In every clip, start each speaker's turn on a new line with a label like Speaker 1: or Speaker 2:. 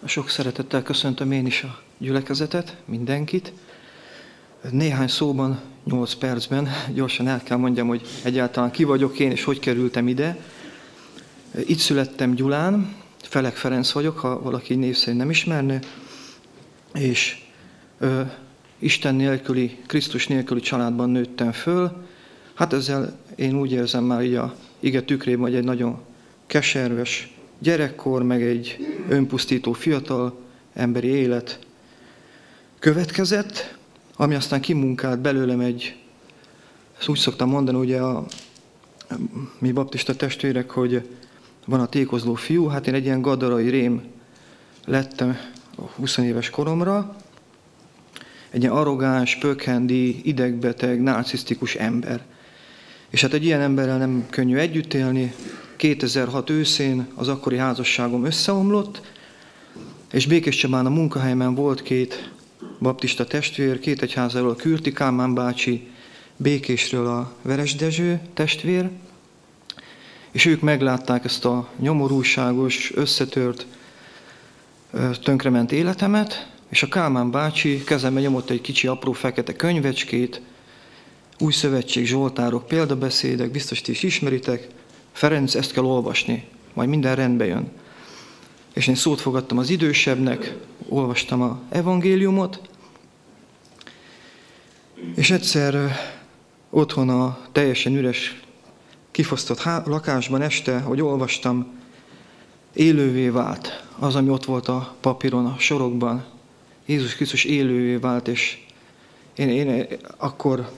Speaker 1: Sok szeretettel köszöntöm én is a gyülekezetet, mindenkit. Néhány szóban, 8 percben gyorsan el kell mondjam, hogy egyáltalán ki vagyok én, és hogy kerültem ide. Itt születtem Gyulán, Felek Ferenc vagyok, ha valaki név szerint nem ismerne, és Isten nélküli, Krisztus nélküli családban nőttem föl. Hát ezzel én úgy érzem már így a ige tükrében, hogy egy nagyon keserves gyerekkor, meg egy önpusztító fiatal emberi élet következett, ami aztán kimunkált belőlem ezt úgy szoktam mondani, ugye mi baptista testvérek, hogy van a tékozló fiú, hát én egy ilyen gadarai rém lettem 20 éves koromra, egy ilyen arrogáns, pökhendi, idegbeteg, narcisztikus ember. És hát egy ilyen emberrel nem könnyű együtt élni. 2006 őszén az akkori házasságom összeomlott, és Békéscsabán a munkahelyemen volt 2 baptista testvér, 2 egyházáról a Kürti Kálmán bácsi, Békésről a Veres Dezső testvér, és ők meglátták ezt a nyomorúságos, összetört, tönkrement életemet, és a Kálmán bácsi kezembe nyomott egy kicsi apró fekete könyvecskét, Új Szövetség, Zsoltárok, példabeszédek, biztos ti is ismeritek, Ferenc, ezt kell olvasni, majd minden rendbe jön. És én szót fogadtam az idősebbnek, olvastam az evangéliumot, és egyszer otthon a teljesen üres, kifosztott lakásban este, hogy olvastam, élővé vált az, ami ott volt a papíron, a sorokban. Jézus Krisztus élővé vált, és én akkor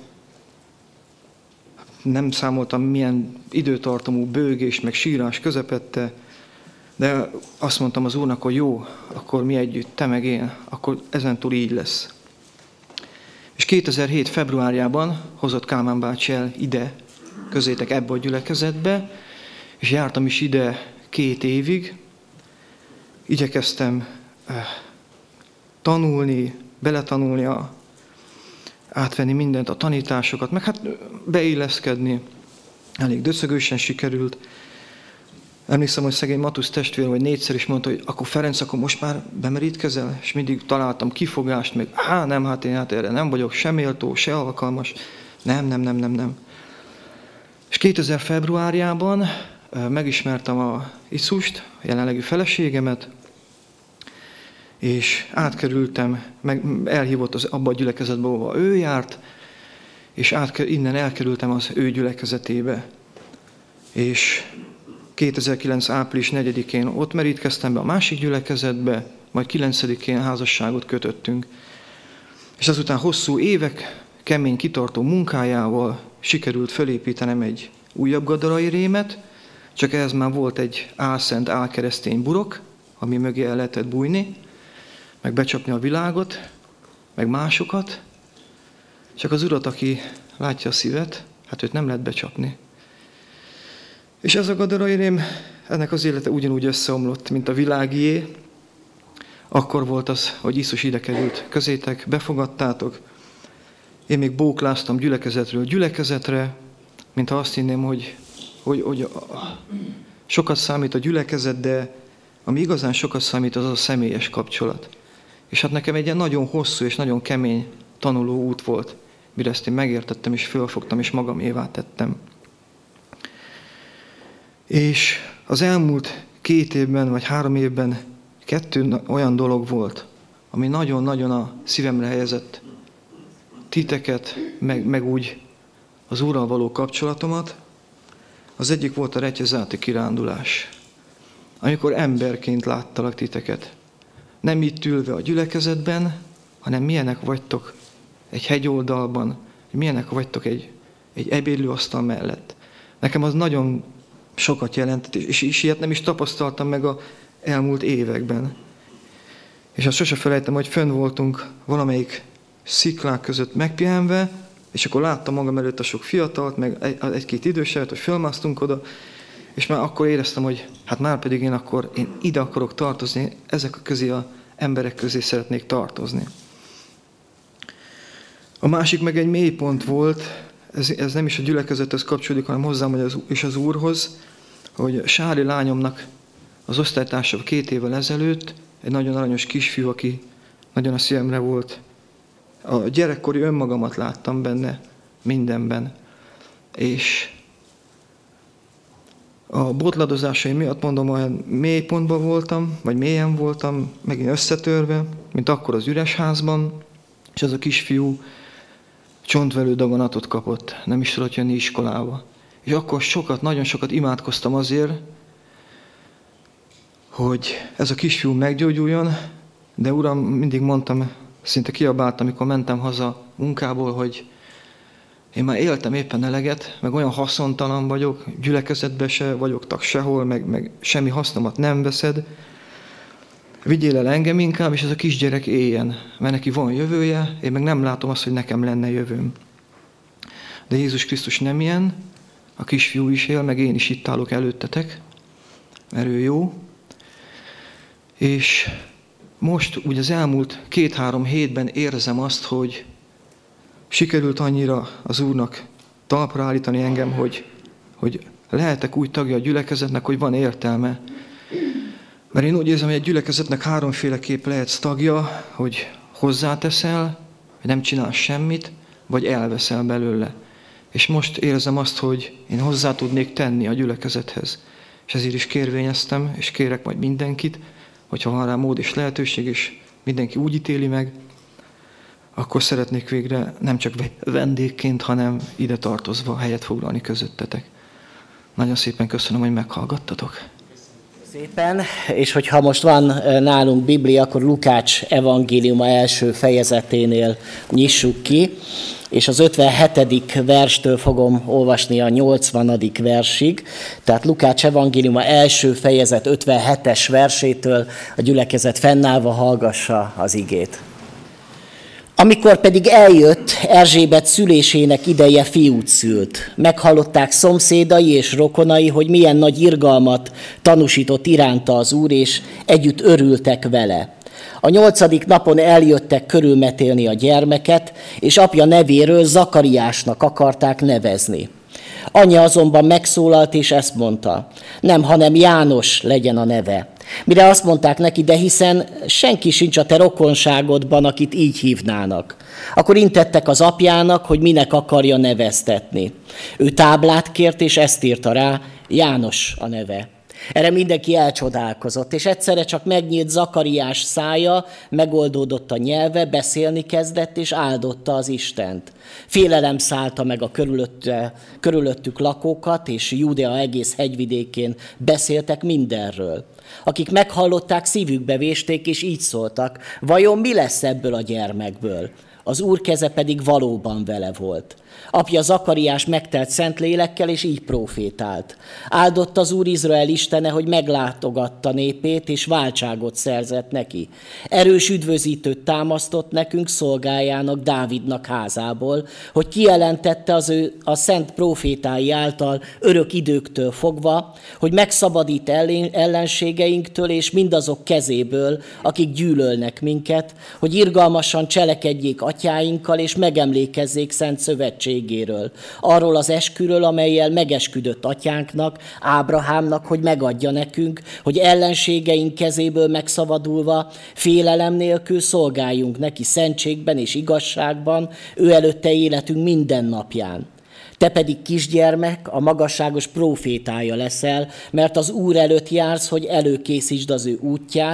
Speaker 1: nem számoltam, milyen időtartamú bőgés, meg sírás közepette, de azt mondtam az Úrnak, hogy jó, akkor mi együtt, te meg én, akkor ezentúl így lesz. És 2007. februárjában hozott Kálmán bácsi el ide, közétek ebbe a gyülekezetbe, és jártam is ide 2 évig. Igyekeztem tanulni, beletanulni, átvenni mindent, a tanításokat, meg hát beilleszkedni. Elég döcögősen sikerült. Emlékszem, hogy szegény Matusz testvér, hogy 4-szer is mondta, hogy akkor Ferenc, akkor most már bemerítkezel? És mindig találtam kifogást, meg én erre nem vagyok se méltó, se alkalmas. Nem. És 2000 februárjában megismertem a Iszust, a jelenlegi feleségemet, és átkerültem, elhívott abba a gyülekezetbe, ahova ő járt, és innen elkerültem az ő gyülekezetébe. És 2009. április 4-én ott merítkeztem be a másik gyülekezetbe, majd 9-én házasságot kötöttünk. És azután hosszú évek kemény, kitartó munkájával sikerült felépítenem egy újabb gadarai rémet, csak ehhez már volt egy álszent, álkeresztény burok, ami mögé el lehetett bújni, meg becsapni a világot, meg másokat. Csak az Urat, aki látja a szívet, hát őt nem lehet becsapni. És ez a gadarai rém, ennek az élete ugyanúgy összeomlott, mint a világié. Akkor volt az, hogy Isztus ide került közétek, befogadtátok. Én még bókláztam gyülekezetről gyülekezetre, mintha azt hinném, hogy sokat számít a gyülekezet, de ami igazán sokat számít, az a személyes kapcsolat. És hát nekem egy ilyen nagyon hosszú és nagyon kemény tanuló út volt, mire ezt én megértettem, és fölfogtam, és magamévá tettem. És az elmúlt 2 évben, vagy 3 évben 2 olyan dolog volt, ami nagyon-nagyon a szívemre helyezett titeket, meg úgy az Úrral való kapcsolatomat. Az egyik volt a Retyezáti kirándulás, amikor emberként láttalak titeket. Nem itt ülve a gyülekezetben, hanem milyenek vagytok egy hegyoldalban, milyenek vagytok egy ebédlőasztal mellett. Nekem az nagyon sokat jelentett, és ilyet nem is tapasztaltam meg az elmúlt években. És azt sose felejtem, hogy fönn voltunk valamelyik sziklák között megpihenve, és akkor láttam magam előtt a sok fiatalt, meg 1-2 idősebbet, hogy fölmásztunk oda, és már akkor éreztem, hogy hát már pedig én ide akarok tartozni, ezek közé az emberek közé szeretnék tartozni. A másik meg egy mélypont volt, ez nem is a gyülekezethez kapcsolódik, hanem hozzám és az Úrhoz, hogy Sári lányomnak az osztálytársa 2 évvel ezelőtt egy nagyon aranyos kisfiú, aki nagyon a szívemre volt. A gyerekkori önmagamat láttam benne, mindenben. És a botladozásai miatt mondom, olyan mély pontban voltam, vagy mélyen voltam, megint összetörve, mint akkor az üres házban, és az a kisfiú csontvelő daganatot kapott, nem is tudott jönni iskolába. És akkor nagyon sokat imádkoztam azért, hogy ez a kisfiú meggyógyuljon, de Uram, mindig mondtam, szinte kiabáltam, amikor mentem haza munkából, hogy én már éltem éppen eleget, meg olyan haszontalan vagyok, gyülekezetben se vagyok tag sehol, meg semmi hasznomat nem veszed. Vigyél el engem inkább, és ez a kisgyerek éljen, mert neki van jövője, én meg nem látom azt, hogy nekem lenne jövőm. De Jézus Krisztus nem ilyen, a kisfiú is él, meg én is itt állok előttetek, mert ő jó. És most úgy az elmúlt 2-3 hétben érzem azt, hogy sikerült annyira az Úrnak talpra állítani engem, hogy lehetek úgy tagja a gyülekezetnek, hogy van értelme. Mert én úgy érzem, hogy egy gyülekezetnek 3-féleképp lehetsz tagja, hogy hozzáteszel, hogy nem csinálsz semmit, vagy elveszel belőle. És most érzem azt, hogy én hozzá tudnék tenni a gyülekezethez. És ezért is kérvényeztem, és kérek majd mindenkit, hogyha van rá mód és lehetőség, és mindenki úgy ítéli meg, akkor szeretnék végre nem csak vendégként, hanem ide tartozva helyet foglalni közöttetek. Nagyon szépen köszönöm, hogy meghallgattatok.
Speaker 2: Szépen, és hogyha most van nálunk Biblia, akkor Lukács evangéliuma első fejezeténél nyissuk ki, és az 57. verstől fogom olvasni a 80. versig, tehát Lukács evangéliuma első fejezet 57-es versétől a gyülekezet fennállva hallgassa az igét. Amikor pedig eljött, Erzsébet szülésének ideje fiút szült. Meghallották szomszédai és rokonai, hogy milyen nagy irgalmat tanúsított iránta az Úr, és együtt örültek vele. A 8. napon eljöttek körülmetélni a gyermeket, és apja nevéről Zakariásnak akarták nevezni. Anyja azonban megszólalt, és ezt mondta: nem, hanem János legyen a neve. Mire azt mondták neki: de hiszen senki sincs a te rokonságodban, akit így hívnának. Akkor intettek az apjának, hogy minek akarja neveztetni. Ő táblát kért, és ezt írta rá: János a neve. Erre mindenki elcsodálkozott, és egyszerre csak megnyílt Zakariás szája, megoldódott a nyelve, beszélni kezdett, és áldotta az Istent. Félelem szállta meg a körülöttük lakókat, és Júdea egész hegyvidékén beszéltek mindenről. Akik meghallották, szívükbe vésték, és így szóltak: vajon mi lesz ebből a gyermekből? Az Úr keze pedig valóban vele volt. Apja Zakariás megtelt szent lélekkel, és így profétált: áldott az Úr Izrael Istene, hogy meglátogatta népét, és váltságot szerzett neki. Erős üdvözítőt támasztott nekünk szolgájának, Dávidnak házából, hogy kijelentette a szent profétái által örök időktől fogva, hogy megszabadít ellenségeinktől és mindazok kezéből, akik gyűlölnek minket, hogy irgalmasan cselekedjék atyáinkkal, és megemlékezzék szent szövetségéről, arról az esküről, amellyel megesküdött atyánknak, Ábrahámnak, hogy megadja nekünk, hogy ellenségeink kezéből megszabadulva, félelem nélkül szolgáljunk neki szentségben és igazságban, ő előtte életünk minden napján. Te pedig, kisgyermek, a magasságos prófétája leszel, mert az Úr előtt jársz, hogy előkészítsd az ő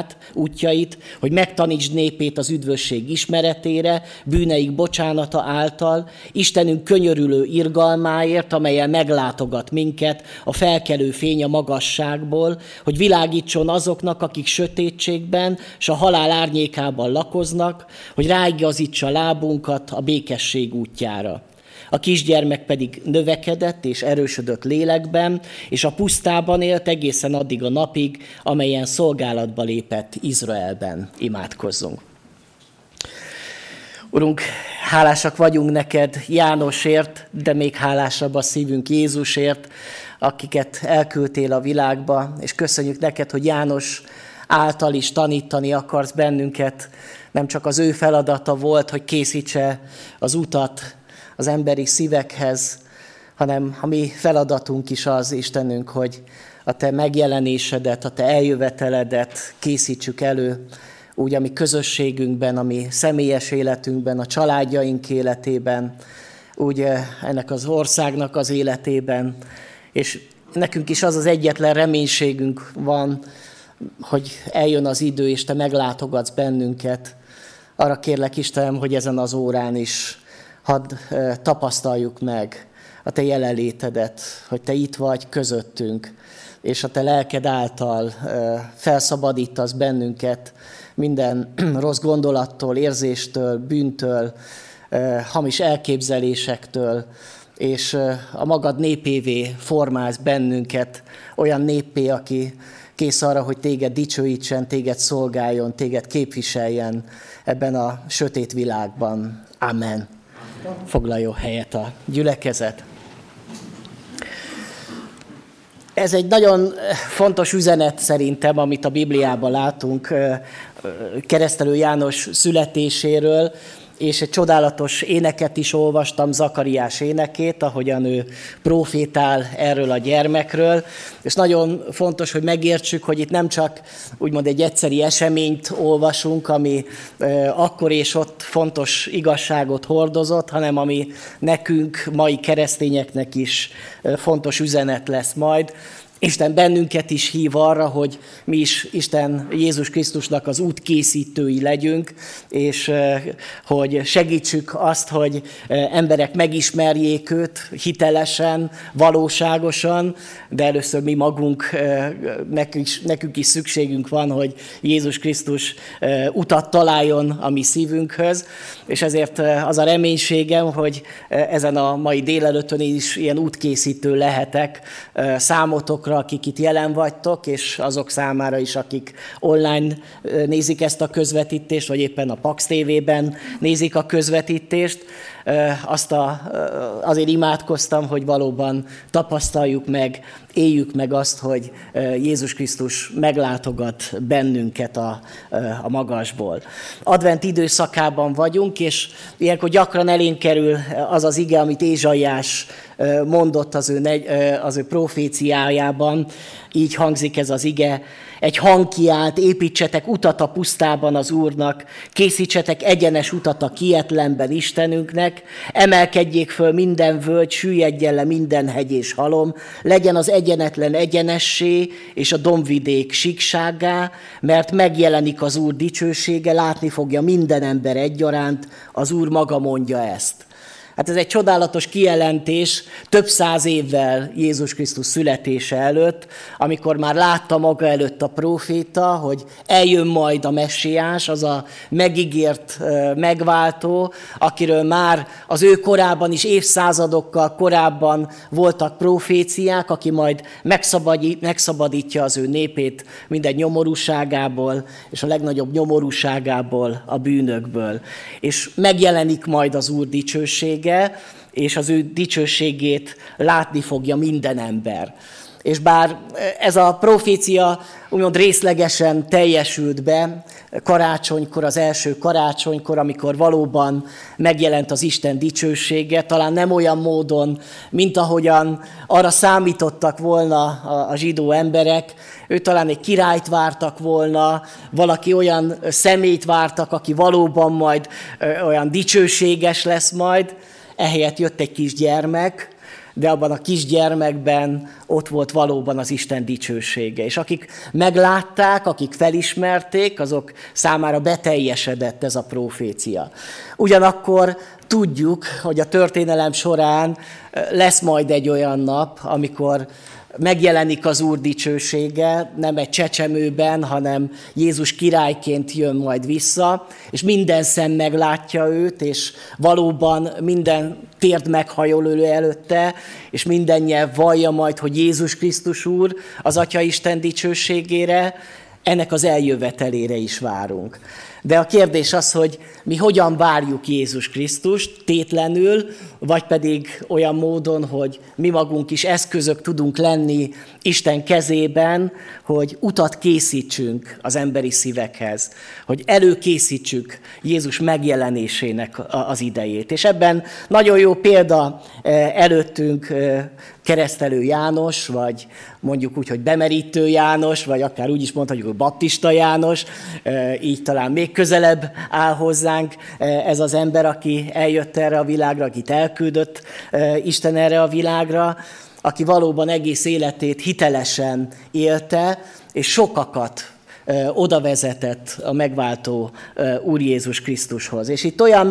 Speaker 2: útjait, hogy megtanítsd népét az üdvösség ismeretére, bűneik bocsánata által, Istenünk könyörülő irgalmáért, amellyel meglátogat minket a felkelő fény a magasságból, hogy világítson azoknak, akik sötétségben s a halál árnyékában lakoznak, hogy ráigazítsa lábunkat a békesség útjára. A kisgyermek pedig növekedett és erősödött lélekben, és a pusztában élt egészen addig a napig, amelyen szolgálatba lépett Izraelben. Imádkozzunk. Urunk, hálásak vagyunk neked Jánosért, de még hálásabb a szívünk Jézusért, akiket elküldtél a világba, és köszönjük neked, hogy János által is tanítani akarsz bennünket. Nem csak az ő feladata volt, hogy készítse az utat az emberi szívekhez, hanem a mi feladatunk is az, Istenünk, hogy a Te megjelenésedet, a Te eljöveteledet készítsük elő, úgy a mi közösségünkben, a mi személyes életünkben, a családjaink életében, úgy ennek az országnak az életében, és nekünk is az az egyetlen reménységünk van, hogy eljön az idő, és Te meglátogatsz bennünket. Arra kérlek, Istenem, hogy ezen az órán is hadd tapasztaljuk meg a Te jelenlétedet, hogy Te itt vagy közöttünk, és a Te lelked által felszabadítasz bennünket minden rossz gondolattól, érzéstől, bűntől, hamis elképzelésektől, és a magad népévé formálsz bennünket, olyan néppé, aki kész arra, hogy téged dicsőítsen, téged szolgáljon, téged képviseljen ebben a sötét világban. Amen. Foglaljon helyet a gyülekezet. Ez egy nagyon fontos üzenet szerintem, amit a Bibliában látunk Keresztelő János születéséről, és egy csodálatos éneket is olvastam, Zakariás énekét, ahogyan ő profétál erről a gyermekről. És nagyon fontos, hogy megértsük, hogy itt nem csak úgymond egy egyszeri eseményt olvasunk, ami akkor és ott fontos igazságot hordozott, hanem ami nekünk, mai keresztényeknek is fontos üzenet lesz majd. Isten bennünket is hív arra, hogy mi is Isten Jézus Krisztusnak az útkészítői legyünk, és hogy segítsük azt, hogy emberek megismerjék őt hitelesen, valóságosan, de először mi magunk, nekünk is szükségünk van, hogy Jézus Krisztus utat találjon a mi szívünkhöz, és ezért az a reménységem, hogy ezen a mai délelőttön is ilyen útkészítő lehetek számotokra, akik itt jelen vagytok, és azok számára is, akik online nézik ezt a közvetítést, vagy éppen a Pax TV-ben nézik a közvetítést. Azért imádkoztam, hogy valóban tapasztaljuk meg, éljük meg azt, hogy Jézus Krisztus meglátogat bennünket a magasból. Advent időszakában vagyunk, és ilyenkor gyakran elénk kerül az az ige, amit Ézsaiás mondott az ő proféciájában. Így hangzik ez az ige: egy hang kiált, építsetek utat a pusztában az Úrnak, készítsetek egyenes utat a kietlenben Istenünknek, emelkedjék föl minden völgy, süllyedjen le minden hegy és halom, legyen az egyenetlen egyenessé, és a dombvidék síksággá, mert megjelenik az Úr dicsősége, látni fogja minden ember egyaránt, az Úr maga mondja ezt. Hát ez egy csodálatos kijelentés több száz évvel Jézus Krisztus születése előtt, amikor már látta maga előtt a próféta, hogy eljön majd a messiás, az a megígért megváltó, akiről már az ő korában is évszázadokkal korábban voltak proféciák, aki majd megszabadítja az ő népét minden nyomorúságából, és a legnagyobb nyomorúságából, a bűnökből. És megjelenik majd az Úr dicsősége, és az ő dicsőségét látni fogja minden ember. És bár ez a profécia úgymond részlegesen teljesült be karácsonykor, az első karácsonykor, amikor valóban megjelent az Isten dicsősége, talán nem olyan módon, mint ahogyan arra számítottak volna a zsidó emberek. Ő talán egy királyt vártak volna, valaki olyan személyt vártak, aki valóban majd olyan dicsőséges lesz majd. Ehelyett jött egy kisgyermek, de abban a kisgyermekben ott volt valóban az Isten dicsősége. És akik meglátták, akik felismerték, azok számára beteljesedett ez a profécia. Ugyanakkor tudjuk, hogy a történelem során lesz majd egy olyan nap, amikor megjelenik az Úr dicsősége, nem egy csecsemőben, hanem Jézus királyként jön majd vissza, és minden szem meglátja őt, és valóban minden térd meghajol ő előtte, és minden nyelv vallja majd, hogy Jézus Krisztus Úr az Atya Isten dicsőségére, ennek az eljövetelére is várunk. De a kérdés az, hogy mi hogyan várjuk Jézus Krisztust, tétlenül, vagy pedig olyan módon, hogy mi magunk is eszközök tudunk lenni Isten kezében, hogy utat készítsünk az emberi szívekhez, hogy előkészítsük Jézus megjelenésének az idejét. És ebben nagyon jó példa előttünk Keresztelő János, vagy mondjuk úgy, hogy Bemerítő János, vagy akár úgy is mondhatjuk, hogy Baptista János, így talán még közelebb áll hozzánk ez az ember, aki eljött erre a világra, akit elküldött Isten erre a világra, aki valóban egész életét hitelesen élte, és sokakat oda vezetett a megváltó Úr Jézus Krisztushoz. És itt olyan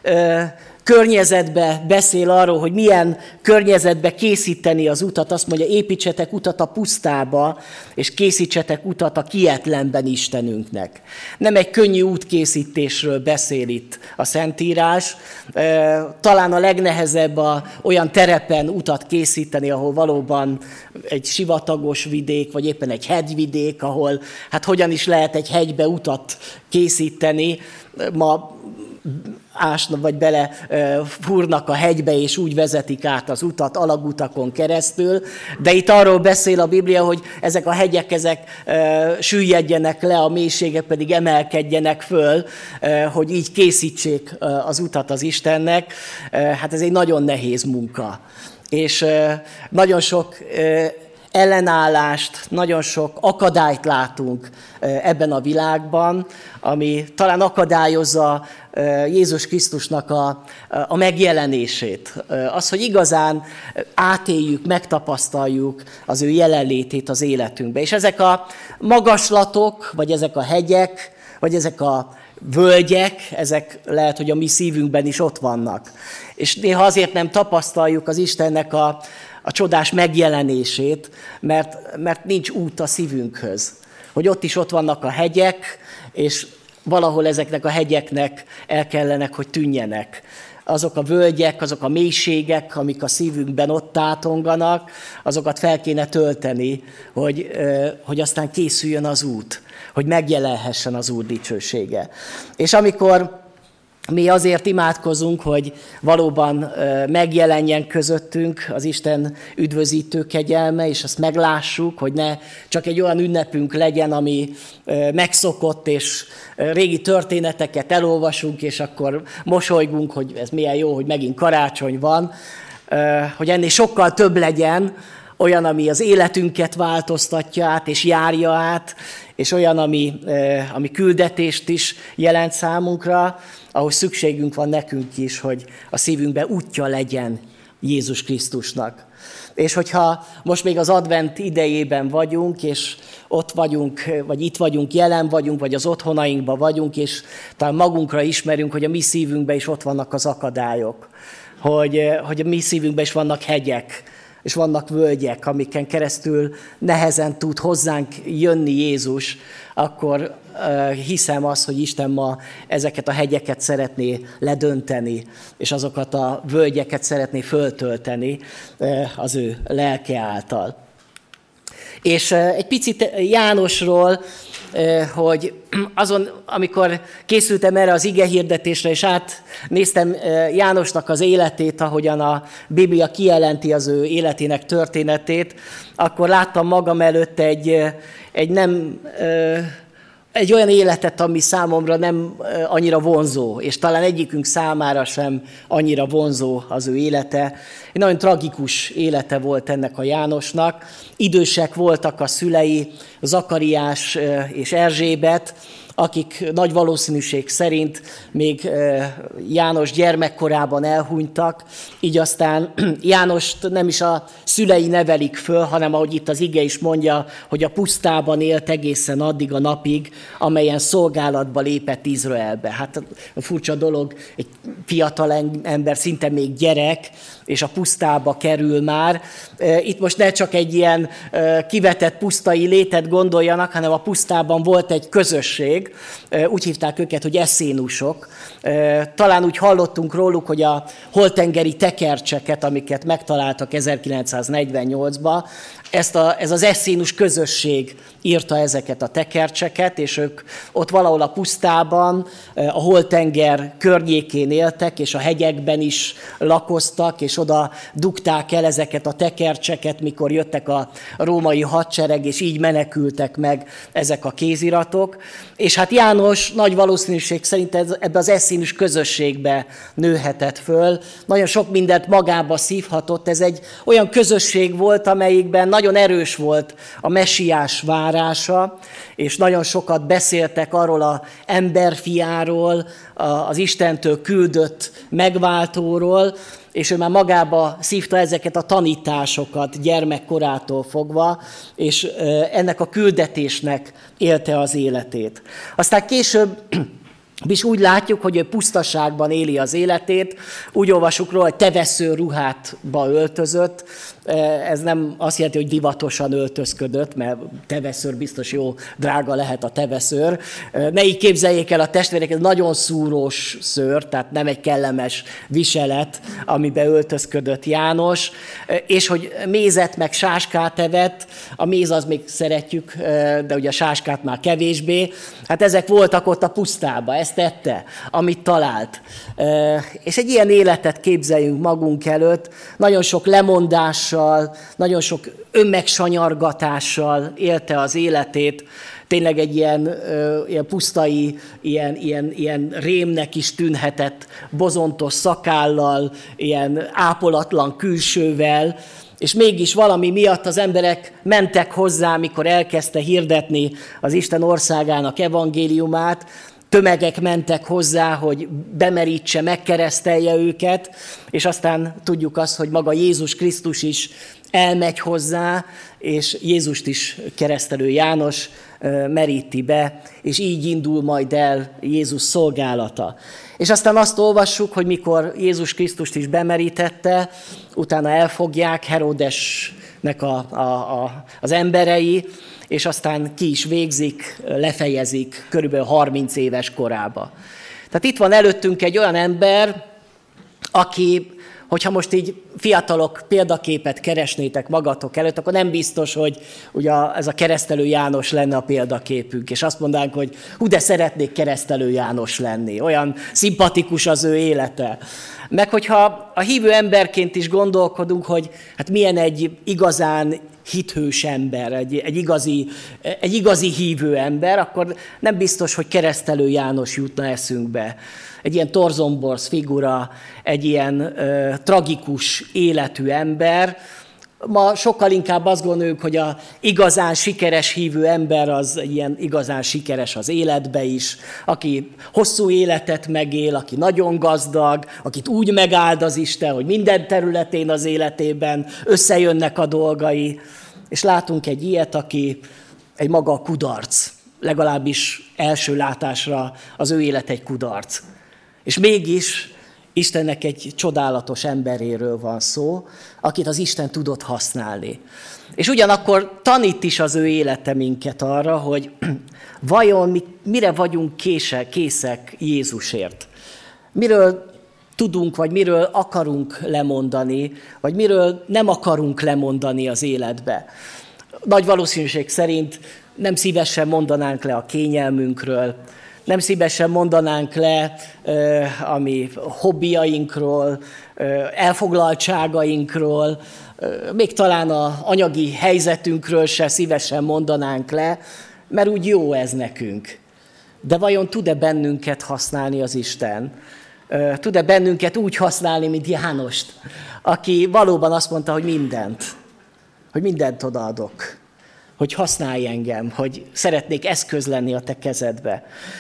Speaker 2: környezetbe beszél arról, hogy milyen környezetbe készíteni az utat. Azt mondja, építsetek utat a pusztába, és készítsetek utat a kietlenben Istenünknek. Nem egy könnyű útkészítésről beszél itt a Szentírás. Talán a legnehezebb olyan terepen utat készíteni, ahol valóban egy sivatagos vidék, vagy éppen egy hegyvidék, ahol hát hogyan is lehet egy hegybe utat készíteni. Ma ásnak, vagy bele fúrnak a hegybe, és úgy vezetik át az utat alagutakon keresztül. De itt arról beszél a Biblia, hogy ezek a hegyek, süllyedjenek le, a mélységek pedig emelkedjenek föl, hogy így készítsék az utat az Istennek. Hát ez egy nagyon nehéz munka. És nagyon sok ellenállást, nagyon sok akadályt látunk ebben a világban, ami talán akadályozza Jézus Krisztusnak a megjelenését. Az, hogy igazán átéljük, megtapasztaljuk az ő jelenlétét az életünkbe. És ezek a magaslatok, vagy ezek a hegyek, vagy ezek a völgyek, ezek lehet, hogy a mi szívünkben is ott vannak. És néha azért nem tapasztaljuk az Istennek a csodás megjelenését, mert nincs út a szívünkhöz. Hogy ott vannak a hegyek, és valahol ezeknek a hegyeknek el kellene, hogy tűnjenek. Azok a völgyek, azok a mélységek, amik a szívünkben ott tátonganak, azokat fel kéne tölteni, hogy aztán készüljön az út, hogy megjelenhessen az Úr dicsősége. És amikor mi azért imádkozunk, hogy valóban megjelenjen közöttünk az Isten üdvözítő kegyelme, és azt meglássuk, hogy ne csak egy olyan ünnepünk legyen, ami megszokott, és régi történeteket elolvasunk, és akkor mosolygunk, hogy ez milyen jó, hogy megint karácsony van, hogy ennél sokkal több legyen, olyan, ami az életünket változtatja át, és járja át, és olyan, ami küldetést is jelent számunkra, ahhoz szükségünk van nekünk is, hogy a szívünkben útja legyen Jézus Krisztusnak. És hogyha most még az advent idejében vagyunk, és ott vagyunk, vagy itt vagyunk, jelen vagyunk, vagy az otthonainkban vagyunk, és talán magunkra ismerünk, hogy a mi szívünkben is ott vannak az akadályok, hogy a mi szívünkben is vannak hegyek, és vannak völgyek, amiken keresztül nehezen tud hozzánk jönni Jézus, akkor hiszem azt, hogy Isten ma ezeket a hegyeket szeretné ledönteni, és azokat a völgyeket szeretné föltölteni az ő lelke által. És egy picit Jánosról, hogy azon, amikor készültem erre az igehirdetésre, és átnéztem Jánosnak az életét, ahogyan a Biblia kijelenti az ő életének történetét, akkor láttam magam előtt egy olyan életet, ami számomra nem annyira vonzó, és talán egyikünk számára sem annyira vonzó az ő élete. Egy nagyon tragikus élete volt ennek a Jánosnak. Idősek voltak a szülei, Zakariás és Erzsébet, akik nagy valószínűség szerint még János gyermekkorában elhunytak, így aztán Jánost nem is a szülei nevelik föl, hanem ahogy itt az ige is mondja, hogy a pusztában élt egészen addig a napig, amelyen szolgálatba lépett Izraelbe. Hát furcsa dolog egy fiatal ember, szinte még gyerek, és a pusztába kerül már. Itt most ne csak egy ilyen kivetett pusztai létet gondoljanak, hanem a pusztában volt egy közösség, úgy hívták őket, hogy eszénusok. Talán úgy hallottunk róluk, hogy a holtengeri tekercseket, amiket megtaláltak 1948-ban, ez az eszénus közösség írta ezeket a tekercseket, és ők ott valahol a pusztában, a holtenger környékén éltek, és a hegyekben is lakoztak, és oda dugták el ezeket a tekercseket, mikor jöttek a római hadsereg, és így menekültek meg ezek a kéziratok. És hát János nagy valószínűség szerint ebbe az eszénus közösségbe nőhetett föl. Nagyon sok mindent magába szívhatott. Ez egy olyan közösség volt, amelyikben nagyon erős volt a messiás várása, és nagyon sokat beszéltek arról az emberfiáról, az Istentől küldött megváltóról, és ő már magába szívta ezeket a tanításokat gyermekkorától fogva, és ennek a küldetésnek élte az életét. Aztán később is úgy látjuk, hogy ő pusztaságban éli az életét, úgy olvasjuk róla, hogy tevesző ruhátba öltözött. Ez nem azt jelenti, hogy divatosan öltözködött, mert teveszőr biztos jó, drága lehet a teveszőr. Ne így képzeljék el a testvérek, ez nagyon szúrós szőr, tehát nem egy kellemes viselet, amiben öltözködött János. És hogy mézet meg sáskát evett, a méz az még szeretjük, de ugye a sáskát már kevésbé. Hát ezek voltak ott a pusztában, ezt tette, amit talált. És egy ilyen életet képzeljünk magunk előtt, nagyon sok lemondással, nagyon sok önmegsanyargatással élte az életét, tényleg egy ilyen pusztai, ilyen rémnek is tűnhetett, bozontos szakállal, ilyen ápolatlan külsővel, és mégis valami miatt az emberek mentek hozzá, amikor elkezdte hirdetni az Isten országának evangéliumát, tömegek mentek hozzá, hogy bemerítse, megkeresztelje őket, és aztán tudjuk azt, hogy maga Jézus Krisztus is elmegy hozzá, és Jézust is keresztelő János meríti be, és így indul majd el Jézus szolgálata. És aztán azt olvassuk, hogy mikor Jézus Krisztust is bemerítette, utána elfogják Heródesnek az emberei, és aztán ki is végzik, lefejezik körülbelül 30 éves korába. Tehát itt van előttünk egy olyan ember, aki, hogyha most így fiatalok példaképet keresnétek magatok előtt, akkor nem biztos, hogy ugye ez a keresztelő János lenne a példaképünk, és azt mondanánk, hogy hú, de szeretnék keresztelő János lenni, olyan szimpatikus az ő élete. Meg hogyha a hívő emberként is gondolkodunk, hogy hát milyen egy igazán hithős ember, egy igazi hívő ember, akkor nem biztos, hogy keresztelő János jutna eszünkbe. Egy ilyen torzomborz figura, egy ilyen tragikus életű ember. Ma sokkal inkább azt gondoljuk, hogy a igazán sikeres hívő ember az ilyen igazán sikeres az életbe is, aki hosszú életet megél, aki nagyon gazdag, akit úgy megáld az Isten, hogy minden területén az életében összejönnek a dolgai. És látunk egy ilyet, aki egy maga a kudarc, legalábbis első látásra az ő élet egy kudarc. És mégis Istennek egy csodálatos emberéről van szó, akit az Isten tudott használni. És ugyanakkor tanít is az ő élete minket arra, hogy vajon mire vagyunk készek Jézusért. Miről tudunk, vagy miről akarunk lemondani, vagy miről nem akarunk lemondani az életbe. Nagy valószínűség szerint nem szívesen mondanánk le a kényelmünkről, nem szívesen mondanánk le a mi hobbiainkról, elfoglaltságainkról, még talán az anyagi helyzetünkről se szívesen mondanánk le, mert úgy jó ez nekünk. De vajon tud-e bennünket használni az Isten? Tud-e bennünket úgy használni, mint Jánost, aki valóban azt mondta, hogy mindent odaadok, hogy használj engem, hogy szeretnék eszköz lenni a te kezedbe.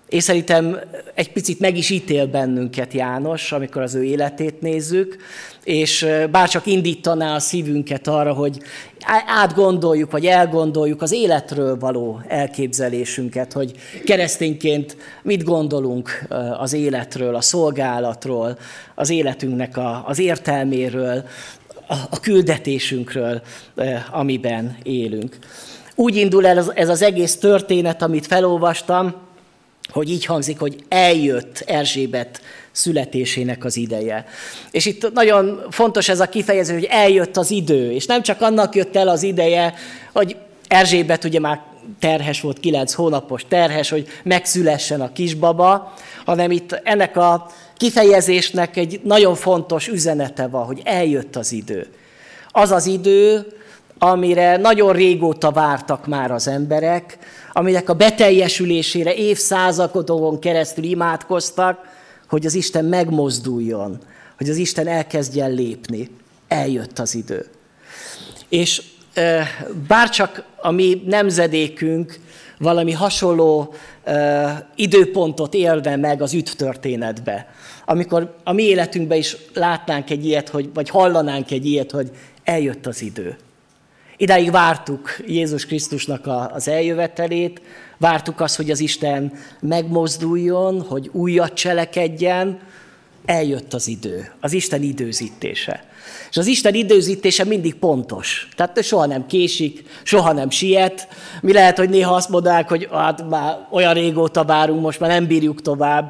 Speaker 2: És szerintem egy picit meg is ítél bennünket János, amikor az ő életét nézzük, és bárcsak indítaná a szívünket arra, hogy átgondoljuk, vagy elgondoljuk az életről való elképzelésünket, hogy keresztényként mit gondolunk az életről, a szolgálatról, az életünknek az értelméről, a küldetésünkről, amiben élünk. Úgy indul el ez az egész történet, amit felolvastam, hogy így hangzik, hogy eljött Erzsébet születésének az ideje. És itt nagyon fontos ez a kifejezés, hogy eljött az idő, és nem csak annak jött el az ideje, hogy Erzsébet ugye már terhes volt, 9 hónapos terhes, hogy megszülessen a kisbaba, hanem itt ennek a kifejezésnek egy nagyon fontos üzenete van, hogy eljött az idő. Az az idő, amire nagyon régóta vártak már az emberek, aminek a beteljesülésére évszázadokon keresztül imádkoztak, hogy az Isten megmozduljon, hogy az Isten elkezdjen lépni. Eljött az idő. És bárcsak a mi nemzedékünk valami hasonló időpontot élne meg az üdvtörténetbe, amikor a mi életünkben is látnánk egy ilyet, vagy hallanánk egy ilyet, hogy eljött az idő. Idáig vártuk Jézus Krisztusnak az eljövetelét, vártuk azt, hogy az Isten megmozduljon, hogy újat cselekedjen, eljött az idő, az Isten időzítése. És az Isten időzítése mindig pontos. Tehát soha nem késik, soha nem siet. Mi lehet, hogy néha azt mondanánk, hogy hát már olyan régóta várunk, most már nem bírjuk tovább,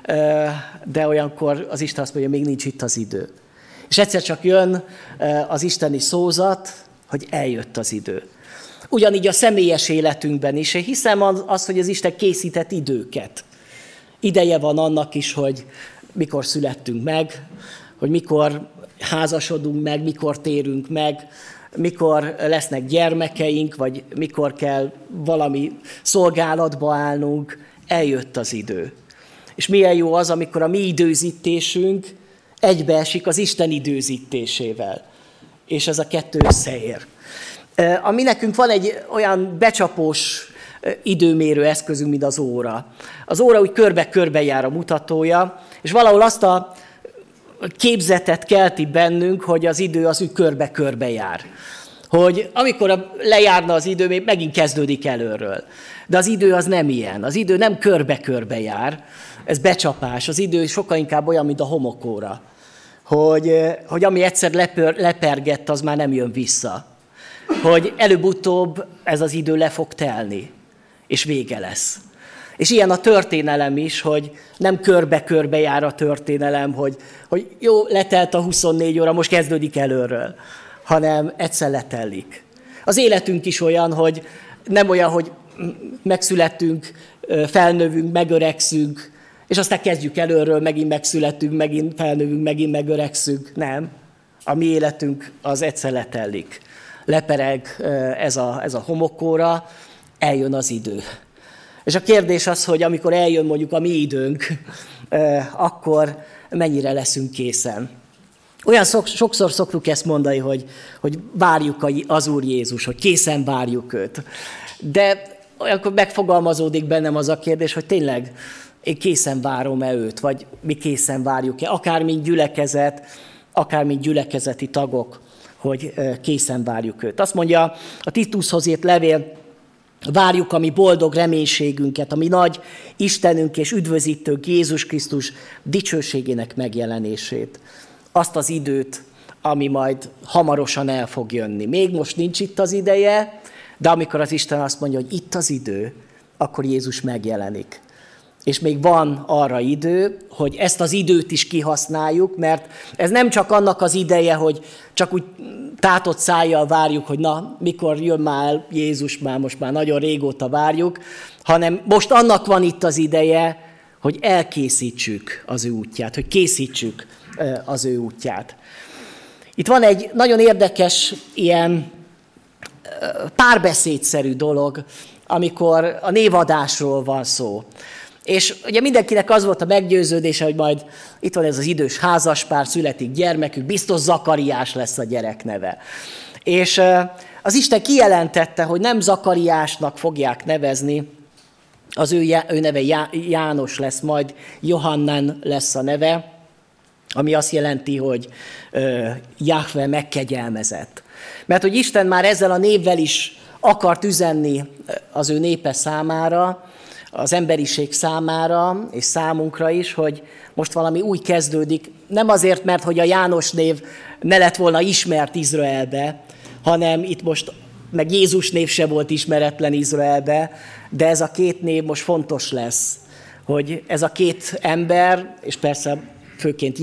Speaker 2: de olyankor az Isten azt mondja, még nincs itt az idő. És egyszer csak jön az isteni szózat, hogy eljött az idő. Ugyanígy a személyes életünkben is. Én hiszem azt, hogy az Isten készített időket. Ideje van annak is, hogy mikor születtünk meg, hogy mikor házasodunk meg, mikor térünk meg, mikor lesznek gyermekeink, vagy mikor kell valami szolgálatba állnunk. Eljött az idő. És milyen jó az, amikor a mi időzítésünk egybeesik az Isten időzítésével. És ez a kettő összeér. Mi nekünk van egy olyan becsapós időmérő eszközünk, mint az óra. Az óra úgy körbe-körbe jár a mutatója, és valahol azt a képzetet kelti bennünk, hogy az idő az úgy körbe-körbe jár. Hogy amikor lejárna az idő, még megint kezdődik előről. De az idő az nem ilyen. Az idő nem körbe-körbe jár, ez becsapás. Az idő sokkal inkább olyan, mint a homokóra. Hogy ami egyszer lepergett, az már nem jön vissza. Hogy előbb-utóbb ez az idő le fog telni, és vége lesz. És ilyen a történelem is, hogy nem körbe-körbe jár a történelem, hogy jó, letelt a 24 óra, most kezdődik előről, hanem egyszer letellik. Az életünk is olyan, hogy nem olyan, hogy megszülettünk, felnövünk, megöregszünk, és aztán kezdjük előről, megint megszületünk, megint felnövünk, megint megöregszünk. Nem. A mi életünk az egyszer letellik. Lepereg ez a homokóra, eljön az idő. És a kérdés az, hogy amikor eljön mondjuk a mi időnk, akkor mennyire leszünk készen. Olyan sokszor szoktuk ezt mondani, hogy várjuk az Úr Jézus, hogy készen várjuk őt. De olyankor megfogalmazódik bennem az a kérdés, hogy tényleg én készen várom-e őt, vagy mi készen várjuk-e, akár mint gyülekezet, akár mint gyülekezeti tagok, hogy készen várjuk őt. Azt mondja a Titushoz írt levél, várjuk a mi boldog reménységünket, a mi nagy Istenünk és üdvözítőnk Jézus Krisztus dicsőségének megjelenését. Azt az időt, ami majd hamarosan el fog jönni. Még most nincs itt az ideje, de amikor az Isten azt mondja, hogy itt az idő, akkor Jézus megjelenik. És még van arra idő, hogy ezt az időt is kihasználjuk, mert ez nem csak annak az ideje, hogy csak úgy tátott szájjal várjuk, hogy na, mikor jön már Jézus, most már nagyon régóta várjuk, hanem most annak van itt az ideje, hogy elkészítsük az ő útját, hogy készítsük az ő útját. Itt van egy nagyon érdekes ilyen párbeszédszerű dolog, amikor a névadásról van szó. És ugye mindenkinek az volt a meggyőződése, hogy majd itt van ez az idős házaspár, születik gyermekük, biztos Zakariás lesz a gyerek neve. És az Isten kijelentette, hogy nem Zakariásnak fogják nevezni, Az ő neve János lesz, majd Johannan lesz a neve, ami azt jelenti, hogy Jahve megkegyelmezett. Mert hogy Isten már ezzel a névvel is akart üzenni az ő népe számára, az emberiség számára, és számunkra is, hogy most valami új kezdődik. Nem azért, mert hogy a János név ne lett volna ismert Izraelbe, hanem itt most, meg Jézus név se volt ismeretlen Izraelbe, de ez a két név most fontos lesz, hogy ez a két ember, és persze főként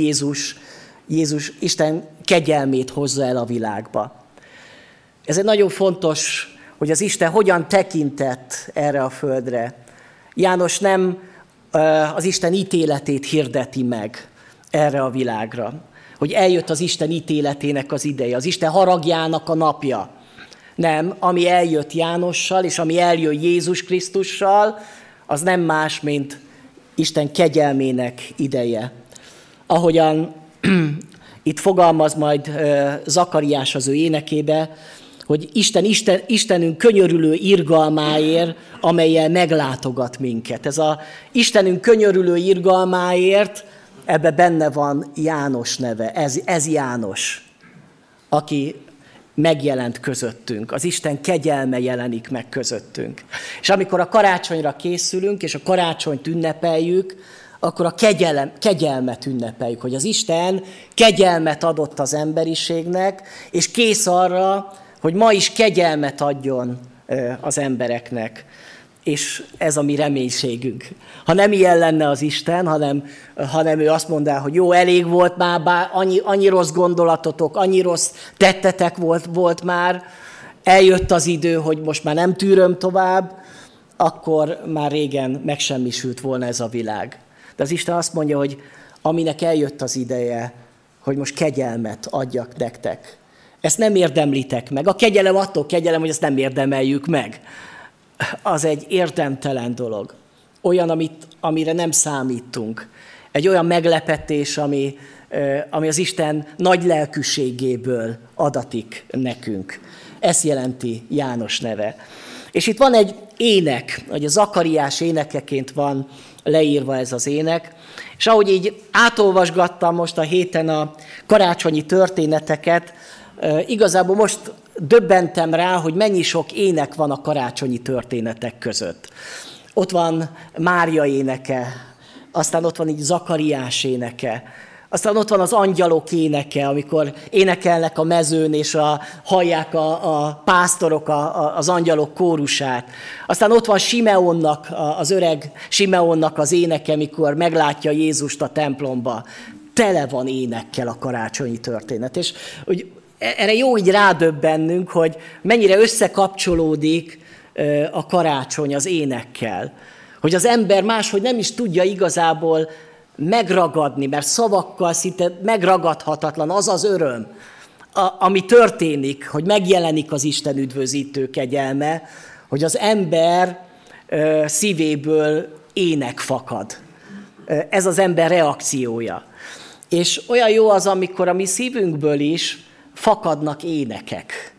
Speaker 2: Jézus Isten kegyelmét hozza el a világba. Ez egy nagyon fontos, hogy az Isten hogyan tekintett erre a földre. János nem az Isten ítéletét hirdeti meg erre a világra, hogy eljött az Isten ítéletének az ideje, az Isten haragjának a napja. Nem, ami eljött Jánossal, és ami eljön Jézus Krisztussal, az nem más, mint Isten kegyelmének ideje. Ahogyan itt fogalmaz majd Zakariás az ő énekébe, hogy Istenünk könyörülő irgalmáért, amellyel meglátogat minket. Ez a Istenünk könyörülő irgalmáért, ebbe benne van János neve, ez János, aki megjelent közöttünk. Az Isten kegyelme jelenik meg közöttünk. És amikor a karácsonyra készülünk, és a karácsonyt ünnepeljük, akkor a kegyelmet ünnepeljük, hogy az Isten kegyelmet adott az emberiségnek, és kész arra, hogy ma is kegyelmet adjon az embereknek. És ez a mi reménységünk. Ha nem ilyen lenne az Isten, hanem ő azt mondaná, hogy jó, elég volt már, bár annyi rossz gondolatotok, annyi rossz tettetek volt már, eljött az idő, hogy most már nem tűröm tovább, akkor már régen megsemmisült volna ez a világ. De az Isten azt mondja, hogy aminek eljött az ideje, hogy most kegyelmet adjak nektek. Ezt nem érdemlitek meg. A kegyelem attól kegyelem, hogy ezt nem érdemeljük meg. Az egy érdemtelen dolog. Olyan, amire nem számítunk. Egy olyan meglepetés, ami az Isten nagy lelkűségéből adatik nekünk. Ezt jelenti János neve. És itt van egy ének, hogy a Zakariás énekeként van leírva ez az ének, és ahogy így átolvasgattam most a héten a karácsonyi történeteket, igazából most döbbentem rá, hogy mennyi sok ének van a karácsonyi történetek között. Ott van Mária éneke, aztán ott van így Zakariás éneke, aztán ott van az angyalok éneke, amikor énekelnek a mezőn, és hallják a pásztorok az angyalok kórusát. Aztán ott van Simeonnak, az öreg Simeonnak az éneke, mikor meglátja Jézust a templomba. Tele van énekkel a karácsonyi történet. És hogy erre jó így rádöbbennünk, hogy mennyire összekapcsolódik a karácsony az énekkel. Hogy az ember máshogy nem is tudja igazából megragadni, mert szavakkal szinte megragadhatatlan az az öröm, ami történik, hogy megjelenik az Isten üdvözítő kegyelme, hogy az ember szívéből ének fakad. Ez az ember reakciója. És olyan jó az, amikor a mi szívünkből is fakadnak énekek,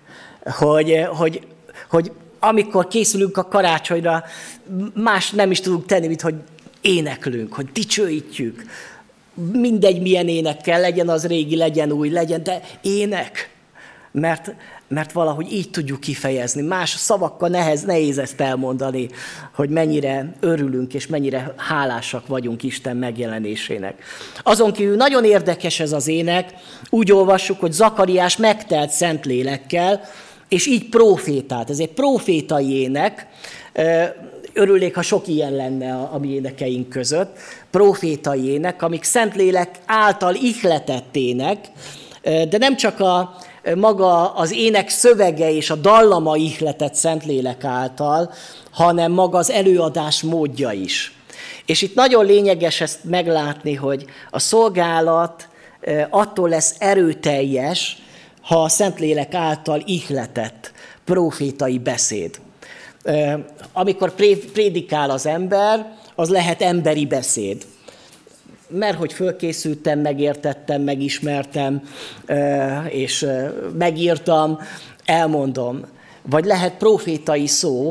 Speaker 2: hogy amikor készülünk a karácsonyra, más nem is tudunk tenni, mint hogy éneklünk, hogy dicsőítjük. Mindegy, milyen énekkel, legyen az régi, legyen új, legyen, de ének. Mert valahogy így tudjuk kifejezni. Más szavakkal nehéz ezt elmondani, hogy mennyire örülünk, és mennyire hálásak vagyunk Isten megjelenésének. Azon kívül nagyon érdekes ez az ének, úgy olvassuk, hogy Zakariás megtelt Szentlélekkel, és így profétált. Ez egy profétai ének. Örülnék, ha sok ilyen lenne a mi énekeink között. Profétai ének, amik Szentlélek által ihletett ének, de nem csak maga az ének szövege és a dallama ihletett Szentlélek által, hanem maga az előadás módja is. És itt nagyon lényeges ezt meglátni, hogy a szolgálat attól lesz erőteljes, ha a Szentlélek által ihletett profétai beszéd. Amikor prédikál az ember, az lehet emberi beszéd. Mert hogy fölkészültem, megértettem, megismertem, és megírtam, elmondom. Vagy lehet profétai szó,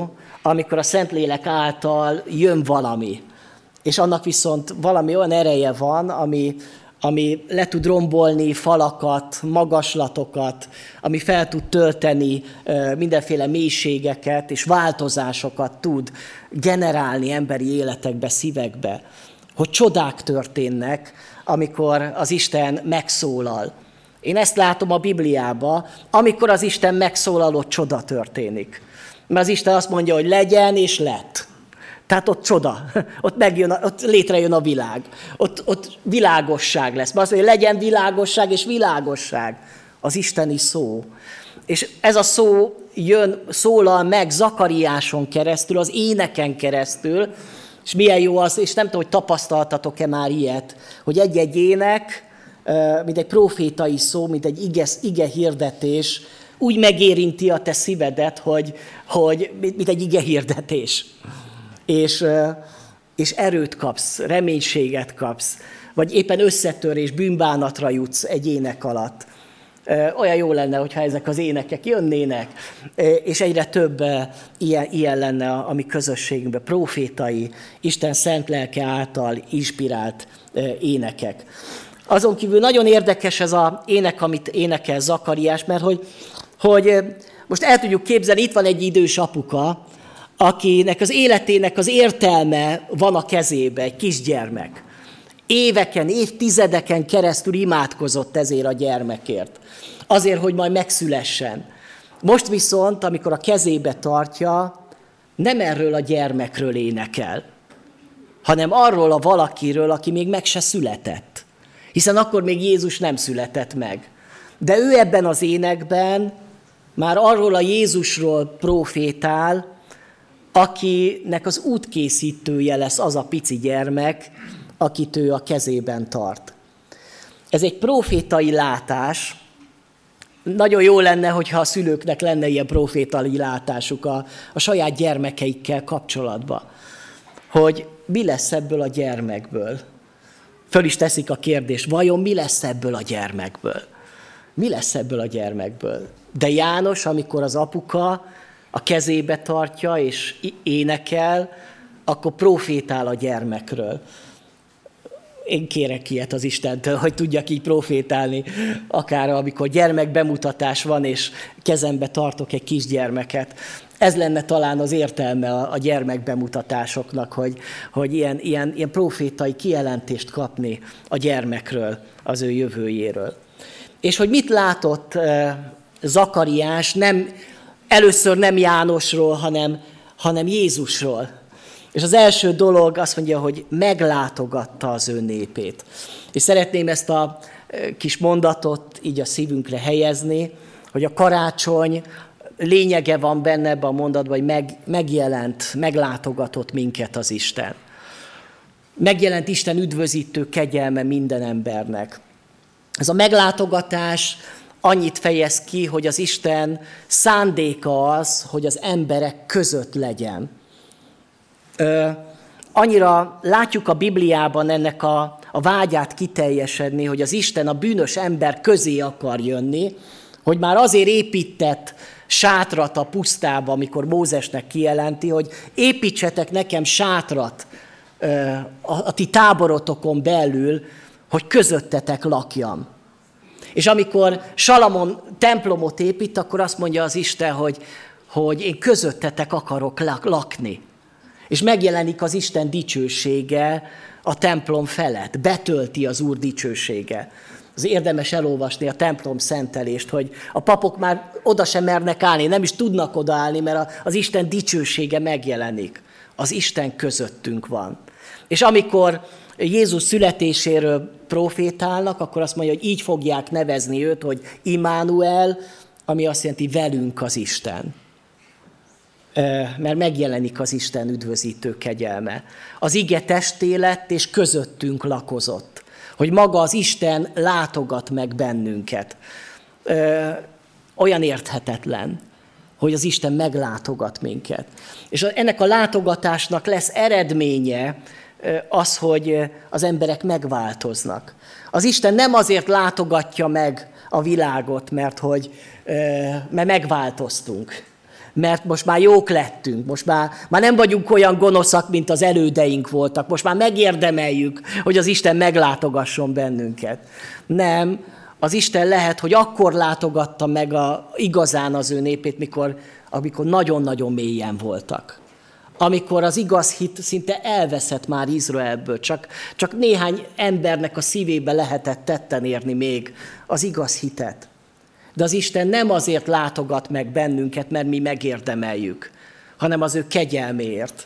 Speaker 2: amikor a Szentlélek által jön valami, és annak viszont valami olyan ereje van, ami le tud rombolni falakat, magaslatokat, ami fel tud tölteni mindenféle mélységeket, és változásokat tud generálni emberi életekbe, szívekbe. Hogy csodák történnek, amikor az Isten megszólal. Én ezt látom a Bibliában, amikor az Isten megszólal, ott csoda történik. Mert az Isten azt mondja, hogy legyen, és lett. Tehát ott csoda, ott létrejön a világ, ott világosság lesz. Mert azt mondja, hogy legyen világosság és világosság, az isteni szó. És ez a szó szólal meg Zakariáson keresztül, az éneken keresztül, és milyen jó az, és nem tudom, hogy tapasztaltatok-e már ilyet, hogy egy-egy ének, mint egy profétai szó, mint egy ige hirdetés, úgy megérinti a te szívedet, hogy mint egy ige hirdetés. És erőt kapsz, reménységet kapsz, vagy éppen összetörés, bűnbánatra jutsz egy ének alatt. Olyan jó lenne, hogyha ezek az énekek jönnének, és egyre több ilyen lenne a mi közösségünkben, profétai, Isten szent lelke által inspirált énekek. Azon kívül nagyon érdekes ez az ének, amit énekel Zakariás, mert hogy most el tudjuk képzelni, itt van egy idős apuka, akinek az életének az értelme van a kezébe, egy kisgyermek. Éveken, évtizedeken keresztül imádkozott ezért a gyermekért. Azért, hogy majd megszülessen. Most viszont, amikor a kezébe tartja, nem erről a gyermekről énekel, hanem arról a valakiről, aki még meg se született. Hiszen akkor még Jézus nem született meg. De ő ebben az énekben már arról a Jézusról profétál, akinek az útkészítője lesz az a pici gyermek, akit ő a kezében tart. Ez egy profétai látás. Nagyon jó lenne, hogyha a szülőknek lenne ilyen profétai látásuk a saját gyermekeikkel kapcsolatban. Hogy mi lesz ebből a gyermekből? Föl is teszik a kérdést, vajon mi lesz ebből a gyermekből? Mi lesz ebből a gyermekből? De János, amikor az apuka a kezébe tartja és énekel, akkor profétál a gyermekről. Én kérek ilyet az Istentől, hogy tudjak így profétálni, akár amikor gyermekbemutatás van, és kezembe tartok egy kisgyermeket. Ez lenne talán az értelme a gyermekbemutatásoknak, hogy ilyen profétai kijelentést kapni a gyermekről, az ő jövőjéről. És hogy mit látott Zakariás, először nem Jánosról, hanem Jézusról. És az első dolog azt mondja, hogy meglátogatta az ő népét. És szeretném ezt a kis mondatot így a szívünkre helyezni, hogy a karácsony lényege van benne ebben a mondatban, hogy megjelent, meglátogatott minket az Isten. Megjelent Isten üdvözítő kegyelme minden embernek. Ez a meglátogatás annyit fejez ki, hogy az Isten szándéka az, hogy az emberek között legyen. Annyira látjuk a Bibliában ennek a vágyát kiteljesedni, hogy az Isten a bűnös ember közé akar jönni, hogy már azért épített sátrat a pusztába, amikor Mózesnek kijelenti, hogy építsetek nekem sátrat a ti táborotokon belül, hogy közöttetek lakjam. És amikor Salamon templomot épít, akkor azt mondja az Isten, hogy én közöttetek akarok lakni. És megjelenik az Isten dicsősége a templom felett, betölti az Úr dicsősége. Az érdemes elolvasni a templom szentelést, hogy a papok már oda sem mernek állni, nem is tudnak odaállni, mert az Isten dicsősége megjelenik. Az Isten közöttünk van. És amikor Jézus születéséről profétálnak, akkor azt mondja, hogy így fogják nevezni őt, hogy Immanuel, ami azt jelenti velünk az Isten. Mert megjelenik az Isten üdvözítő kegyelme. Az ige testé lett, és közöttünk lakozott. Hogy maga az Isten látogat meg bennünket. Olyan érthetetlen, hogy az Isten meglátogat minket. És ennek a látogatásnak lesz eredménye az, hogy az emberek megváltoznak. Az Isten nem azért látogatja meg a világot, mert megváltoztunk. mert most már jók lettünk, most már nem vagyunk olyan gonoszak, mint az elődeink voltak, most már megérdemeljük, hogy az Isten meglátogasson bennünket. Nem, az Isten lehet, hogy akkor látogatta meg igazán az ő népét, amikor nagyon-nagyon mélyen voltak. Amikor az igaz hit szinte elveszett már Izraelből, csak néhány embernek a szívébe lehetett tetten érni még az igaz hitet. De az Isten nem azért látogat meg bennünket, mert mi megérdemeljük, hanem az ő kegyelméért.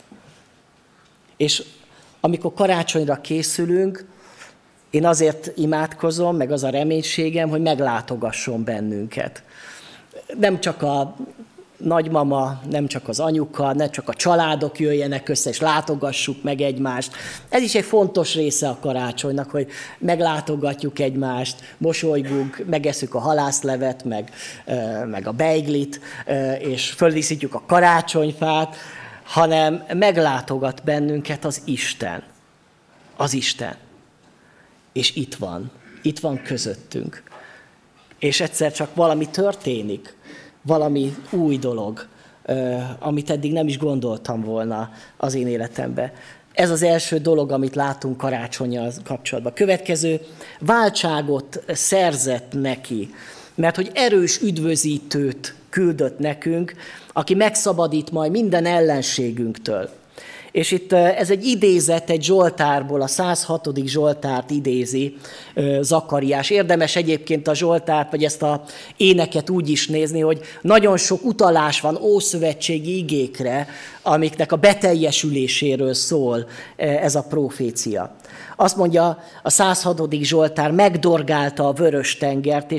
Speaker 2: És amikor karácsonyra készülünk, én azért imádkozom, meg az a reménységem, hogy meglátogasson bennünket. Nem csak a nagymama, nem csak az anyuka, nem csak a családok jöjjenek össze, és látogassuk meg egymást. Ez is egy fontos része a karácsonynak, hogy meglátogatjuk egymást, mosolygunk, megesszük a halászlevet, meg a beiglit, és földíszítjük a karácsonyfát, hanem meglátogat bennünket az Isten. Az Isten. És itt van közöttünk. És egyszer csak valami történik, valami új dolog, amit eddig nem is gondoltam volna az én életemben. Ez az első dolog, amit látunk karácsonnyal kapcsolatban. Következő, váltságot szerzett neki, mert hogy erős üdvözítőt küldött nekünk, aki megszabadít majd minden ellenségünktől. És itt ez egy idézet egy Zsoltárból, a 106. Zsoltárt idézi Zakariás. Érdemes egyébként a Zsoltárt, vagy ezt az éneket úgy is nézni, hogy nagyon sok utalás van ószövetségi igékre, amiknek a beteljesüléséről szól ez a profécia. Azt mondja a 106. Zsoltár, megdorgálta a vörös tengert,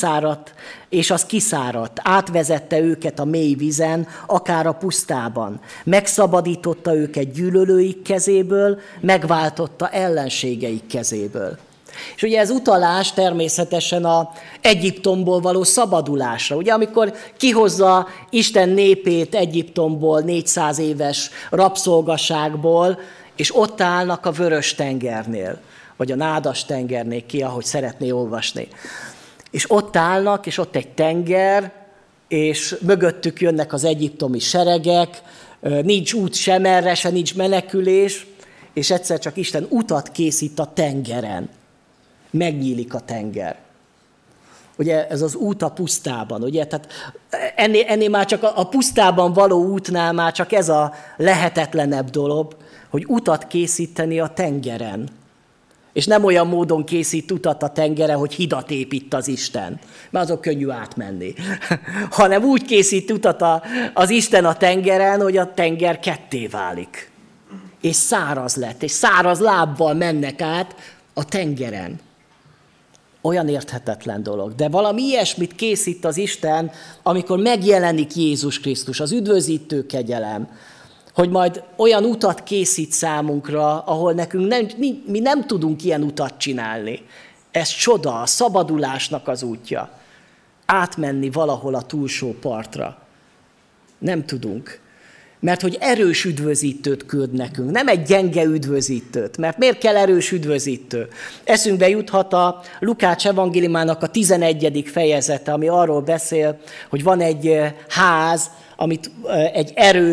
Speaker 2: és az kiszáradt. Átvezette őket a mély vízen, akár a pusztában. Megszabadította őket gyűlölőik kezéből, megváltotta ellenségeik kezéből. És ugye ez utalás természetesen az Egyiptomból való szabadulásra. Ugye amikor kihozza Isten népét Egyiptomból 400 éves rabszolgaságból, és ott állnak a vörös tengernél, vagy a nádas tengernél ki, ahogy szeretné olvasni. És ott állnak, és ott egy tenger, és mögöttük jönnek az egyiptomi seregek, nincs út sem erre, se nincs menekülés, és egyszer csak Isten utat készít a tengeren. Megnyílik a tenger. Ugye ez az út a pusztában, ugye? Tehát ennél már csak a pusztában való útnál már csak ez a lehetetlenebb dolog, hogy utat készíteni a tengeren. És nem olyan módon készít utat a tengeren, hogy hidat épít az Isten, mert azok könnyű átmenni. Hanem úgy készít utat az Isten a tengeren, hogy a tenger ketté válik. És száraz lett, és száraz lábbal mennek át a tengeren. Olyan érthetetlen dolog. De valami ilyesmit készít az Isten, amikor megjelenik Jézus Krisztus, az üdvözítő kegyelem, hogy majd olyan utat készít számunkra, ahol nekünk mi nem tudunk ilyen utat csinálni. Ez csoda, a szabadulásnak az útja. Átmenni valahol a túlsó partra. Nem tudunk. Mert hogy erős üdvözítőt küld nekünk, nem egy gyenge üdvözítőt. Mert miért kell erős üdvözítő? Eszünkbe juthat a Lukács evangéliumának a 11. fejezete, ami arról beszél, hogy van egy ház, amit egy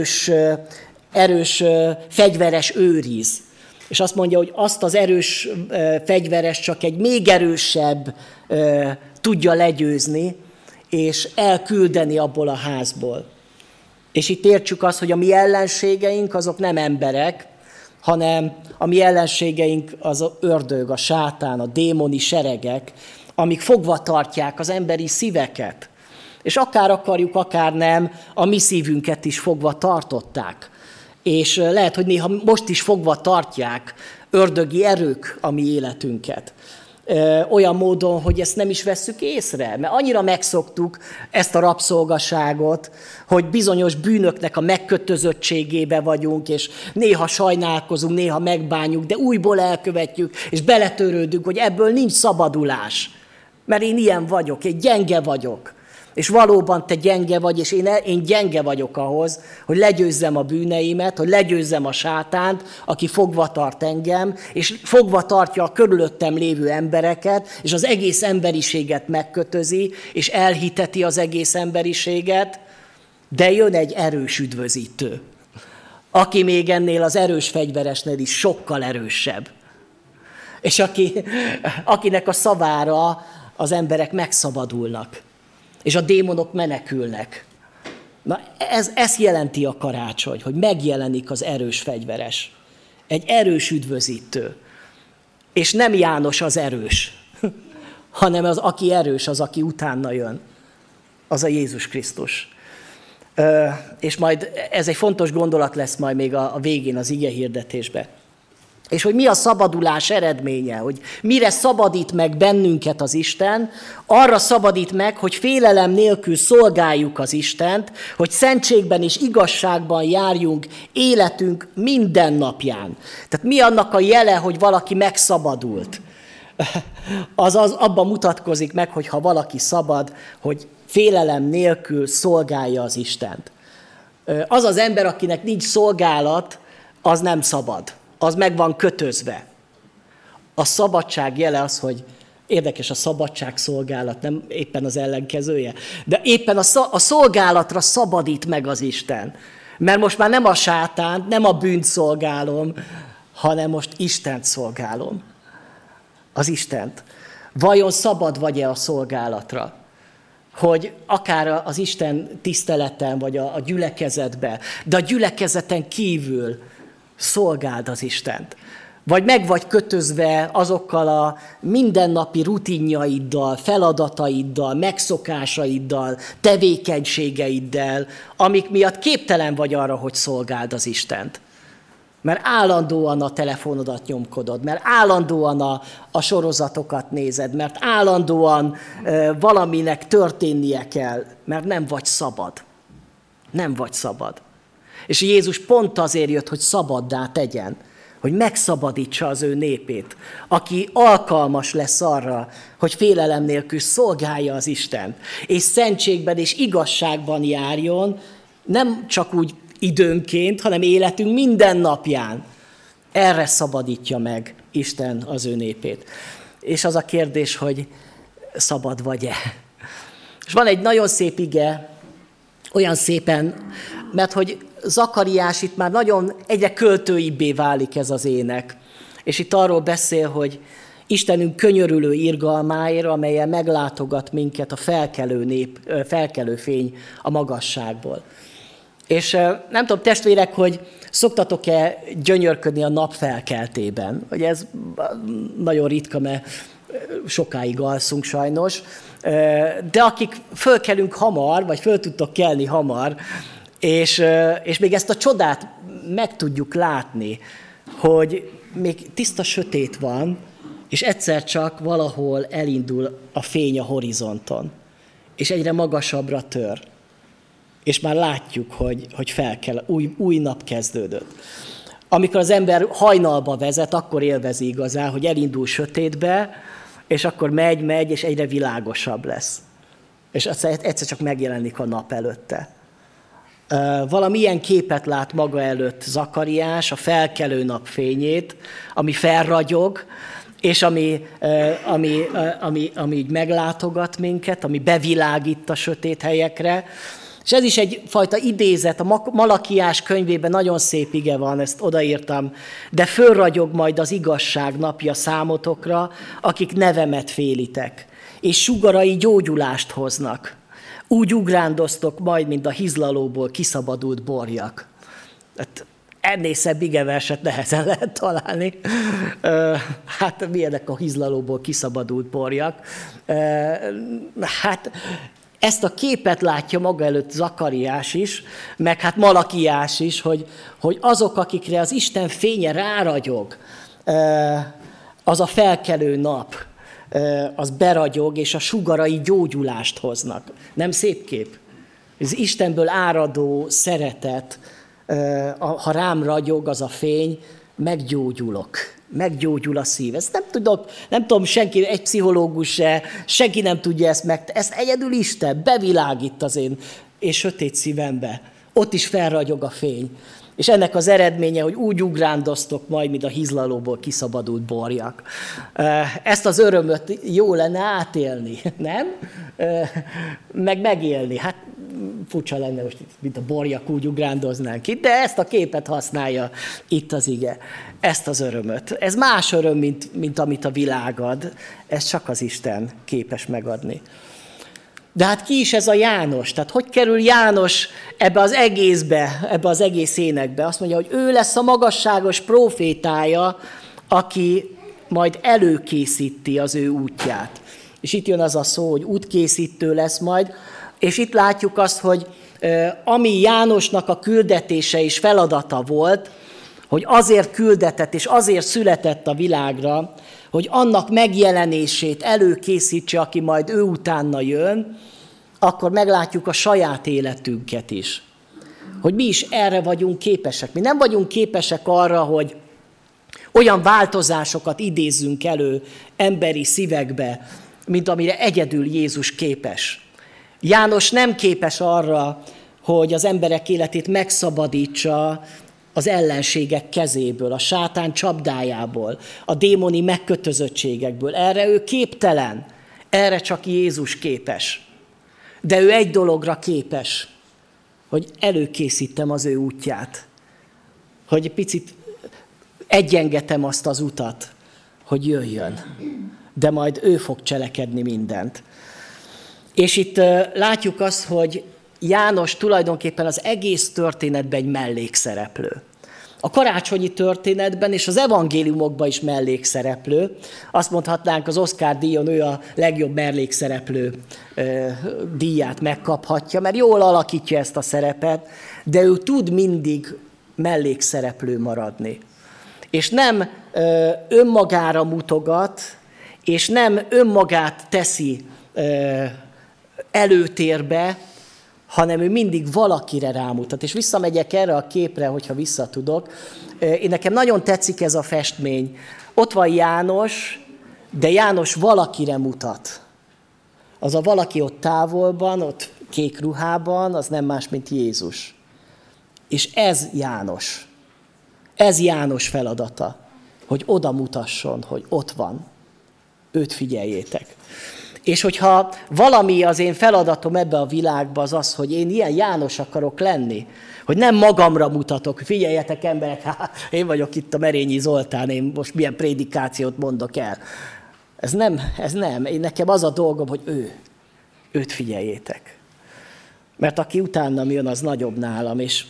Speaker 2: erős fegyveres őriz. És azt mondja, hogy azt az erős fegyveres csak egy még erősebb tudja legyőzni, és elküldeni abból a házból. És itt értsük azt, hogy a mi ellenségeink azok nem emberek, hanem a mi ellenségeink az a ördög, a sátán, a démoni seregek, amik fogva tartják az emberi szíveket. És akár akarjuk, akár nem, a mi szívünket is fogva tartották. És lehet, hogy néha most is fogva tartják ördögi erők a mi életünket. Olyan módon, hogy ezt nem is vesszük észre, mert annyira megszoktuk ezt a rabszolgaságot, hogy bizonyos bűnöknek a megkötözöttségébe vagyunk, és néha sajnálkozunk, néha megbánjuk, de újból elkövetjük, és beletörődünk, hogy ebből nincs szabadulás. Mert én ilyen vagyok, én gyenge vagyok. És valóban te gyenge vagy, és én gyenge vagyok ahhoz, hogy legyőzzem a bűneimet, hogy legyőzzem a sátánt, aki fogva tart engem, és fogva tartja a körülöttem lévő embereket, és az egész emberiséget megkötözi, és elhiteti az egész emberiséget, De jön egy erős üdvözítő, aki még ennél az erős fegyveresnél is sokkal erősebb. És akinek a szavára az emberek megszabadulnak, és a démonok menekülnek. Na, ez jelenti a karácsony, hogy megjelenik az erős fegyveres. Egy erős üdvözítő. És nem János az erős, hanem az, aki erős, az, aki utána jön. Az a Jézus Krisztus. És majd ez egy fontos gondolat lesz majd még a végén az ige hirdetésben. És hogy mi a szabadulás eredménye, hogy mire szabadít meg bennünket az Isten, arra szabadít meg, hogy félelem nélkül szolgáljuk az Istent, hogy szentségben és igazságban járjunk életünk minden napján. Tehát mi annak a jele, hogy valaki megszabadult? Az abban mutatkozik meg, hogy ha valaki szabad, hogy félelem nélkül szolgálja az Istent. Az az ember, akinek nincs szolgálat, az nem szabad. Az meg van kötözve. A szabadság jele az, hogy érdekes, a szabadságszolgálat, nem éppen az ellenkezője, de éppen a szolgálatra szabadít meg az Isten. Mert most már nem a sátánt, nem a bűnt szolgálom, hanem most Istent szolgálom. Az Istent. Vajon szabad vagy-e a szolgálatra? Hogy akár az Isten tiszteleten, vagy a gyülekezetben, de a gyülekezeten kívül szolgáld az Istent. Vagy meg vagy kötözve azokkal a mindennapi rutinjaiddal, feladataiddal, megszokásaiddal, tevékenységeiddel, amik miatt képtelen vagy arra, hogy szolgáld az Istent. Mert állandóan a telefonodat nyomkodod, mert állandóan a sorozatokat nézed, mert állandóan valaminek történnie kell, mert nem vagy szabad. Nem vagy szabad. És Jézus pont azért jött, hogy szabaddá tegyen, hogy megszabadítsa az ő népét, aki alkalmas lesz arra, hogy félelem nélkül szolgálja az Istent, és szentségben és igazságban járjon, nem csak úgy időnként, hanem életünk minden napján. Erre szabadítja meg Isten az ő népét. És az a kérdés, hogy szabad vagy-e. És van egy nagyon szép ige, olyan szépen, mert hogy Zakariás itt már nagyon egyre költőibbé válik ez az ének. És itt arról beszél, hogy Istenünk könyörülő irgalmáért, amellyel meglátogat minket a felkelő fény a magasságból. És nem tudom, testvérek, hogy szoktatok-e gyönyörködni a nap felkeltében? Ugye ez nagyon ritka, mert sokáig alszunk sajnos. De akik fölkelünk hamar, vagy föl tudtok kelni hamar, és még ezt a csodát meg tudjuk látni, hogy még tiszta sötét van, és egyszer csak valahol elindul a fény a horizonton, és egyre magasabbra tör. És már látjuk, hogy felkel, új nap kezdődött. Amikor az ember hajnalba vezet, akkor élvezi igazán, hogy elindul sötétbe, és akkor megy, és egyre világosabb lesz. És egyszer csak megjelenik a nap előtte. Valamilyen képet lát maga előtt Zakariás, a felkelő nap fényét, ami felragyog, és ami így meglátogat minket, ami bevilágít a sötét helyekre. És ez is egyfajta idézet, a Malakiás könyvében nagyon szép ige van, ezt odaírtam, de fölragyog majd az igazság napja számotokra, akik nevemet félitek, és sugarai gyógyulást hoznak. Úgy ugrándoztok majd, mint a hizlalóból kiszabadult borjak. Ennél szebb igeverset nehezen lehet találni. Hát milyenek a hizlalóból kiszabadult borjak. Hát ezt a képet látja maga előtt Zakariás is, meg hát Malakiás is, hogy azok, akikre az Isten fénye ráragyog, az a felkelő nap, az beragyog, és a sugarai gyógyulást hoznak. Nem szép kép? Az Istenből áradó szeretet, ha rám ragyog az a fény, meggyógyulok. Meggyógyul a szív. Ezt nem tudom, senki, egy pszichológus se, senki nem tudja ezt egyedül Isten bevilágít az én sötét szívembe. Ott is felragyog a fény. És ennek az eredménye, hogy úgy ugrándoztok majd, mint a hizlalóból kiszabadult borjak. Ezt az örömöt jó lenne átélni, nem? Meg megélni. Hát furcsa lenne most, mint a borjak úgy ugrándoznánk itt, de ezt a képet használja itt az ige. Ezt az örömöt. Ez más öröm, mint amit a világ ad. Ez csak az Isten képes megadni. De hát ki is ez a János? Tehát hogy kerül János ebbe az egészbe, ebbe az egész énekbe? Azt mondja, hogy ő lesz a magasságos prófétája, aki majd előkészíti az ő útját. És itt jön az a szó, hogy útkészítő lesz majd, és itt látjuk azt, hogy ami Jánosnak a küldetése és feladata volt, hogy azért küldetett és azért született a világra, hogy annak megjelenését előkészítse, aki majd ő utána jön, akkor meglátjuk a saját életünket is. Hogy mi is erre vagyunk képesek. Mi nem vagyunk képesek arra, hogy olyan változásokat idézzünk elő emberi szívekbe, mint amire egyedül Jézus képes. János nem képes arra, hogy az emberek életét megszabadítsa az ellenségek kezéből, a sátán csapdájából, a démoni megkötözöttségekből. Erre ő képtelen, erre csak Jézus képes. De ő egy dologra képes, hogy előkészítem az ő útját, hogy picit egyengetem azt az utat, hogy jöjjön. De majd ő fog cselekedni mindent. És itt látjuk azt, hogy János tulajdonképpen az egész történetben egy mellékszereplő. A karácsonyi történetben és az evangéliumokban is mellékszereplő. Azt mondhatnánk, az Oscar-díjon ő a legjobb mellékszereplő díját megkaphatja, mert jól alakítja ezt a szerepet, de ő tud mindig mellékszereplő maradni. És nem önmagára mutogat, és nem önmagát teszi előtérbe, hanem ő mindig valakire rámutat. És visszamegyek erre a képre, hogyha visszatudok. Nekem nagyon tetszik ez a festmény. Ott van János, de János valakire mutat. Az a valaki ott távolban, ott kék ruhában, az nem más, mint Jézus. És ez János. Ez János feladata, hogy oda mutasson, hogy ott van. Őt figyeljétek. És hogyha valami az én feladatom ebbe a világba, az az, hogy én ilyen János akarok lenni, hogy nem magamra mutatok, figyeljetek emberek, én vagyok itt a Merényi Zoltán, én most milyen prédikációt mondok el. Ez nem. Nekem az a dolgom, hogy őt figyeljétek. Mert aki utánam jön, az nagyobb nálam, és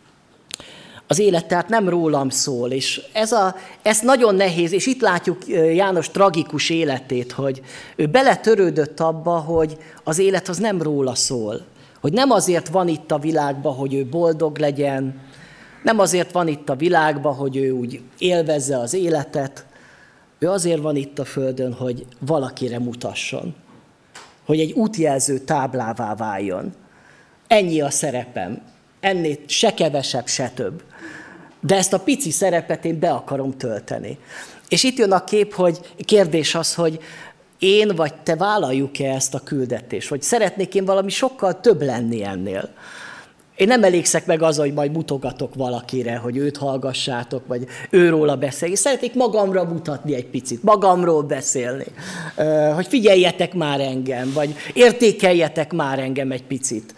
Speaker 2: az élet tehát nem rólam szól, és ez nagyon nehéz, és itt látjuk János tragikus életét, hogy ő beletörődött abba, hogy az élet az nem róla szól. Hogy nem azért van itt a világban, hogy ő boldog legyen, nem azért van itt a világban, hogy ő úgy élvezze az életet, ő azért van itt a földön, hogy valakire mutasson, hogy egy útjelző táblává váljon. Ennyi a szerepem, ennél se kevesebb, se több. De ezt a pici szerepet én be akarom tölteni. És itt jön a kérdés az, hogy én vagy te vállaljuk-e ezt a küldetést, vagy szeretnék én valami sokkal több lenni ennél. Én nem elégszek meg azzal, hogy majd mutogatok valakire, hogy őt hallgassátok, vagy őróla beszélni. Szeretnék magamra mutatni egy picit, magamról beszélni, hogy figyeljetek már engem, vagy értékeljetek már engem egy picit.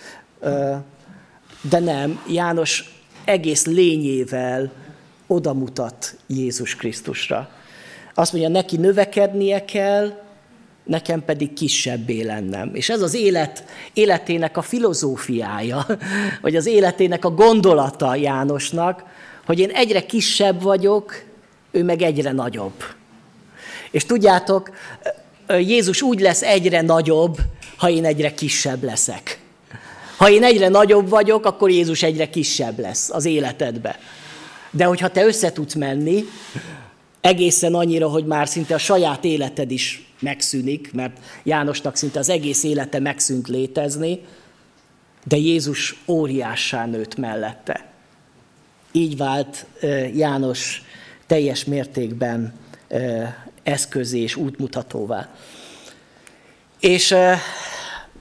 Speaker 2: De nem, János egész lényével odamutat Jézus Krisztusra. Azt mondja, neki növekednie kell, nekem pedig kisebbé lennem. És ez az életének a filozófiája, vagy az életének a gondolata Jánosnak, hogy én egyre kisebb vagyok, ő meg egyre nagyobb. És tudjátok, Jézus úgy lesz egyre nagyobb, ha én egyre kisebb leszek. Ha én egyre nagyobb vagyok, akkor Jézus egyre kisebb lesz az életedbe. De hogyha te össze tudsz menni, egészen annyira, hogy már szinte a saját életed is megszűnik, mert Jánosnak szinte az egész élete megszűnt létezni, de Jézus óriássá nőtt mellette. Így vált János teljes mértékben eszközé és útmutatóvá. És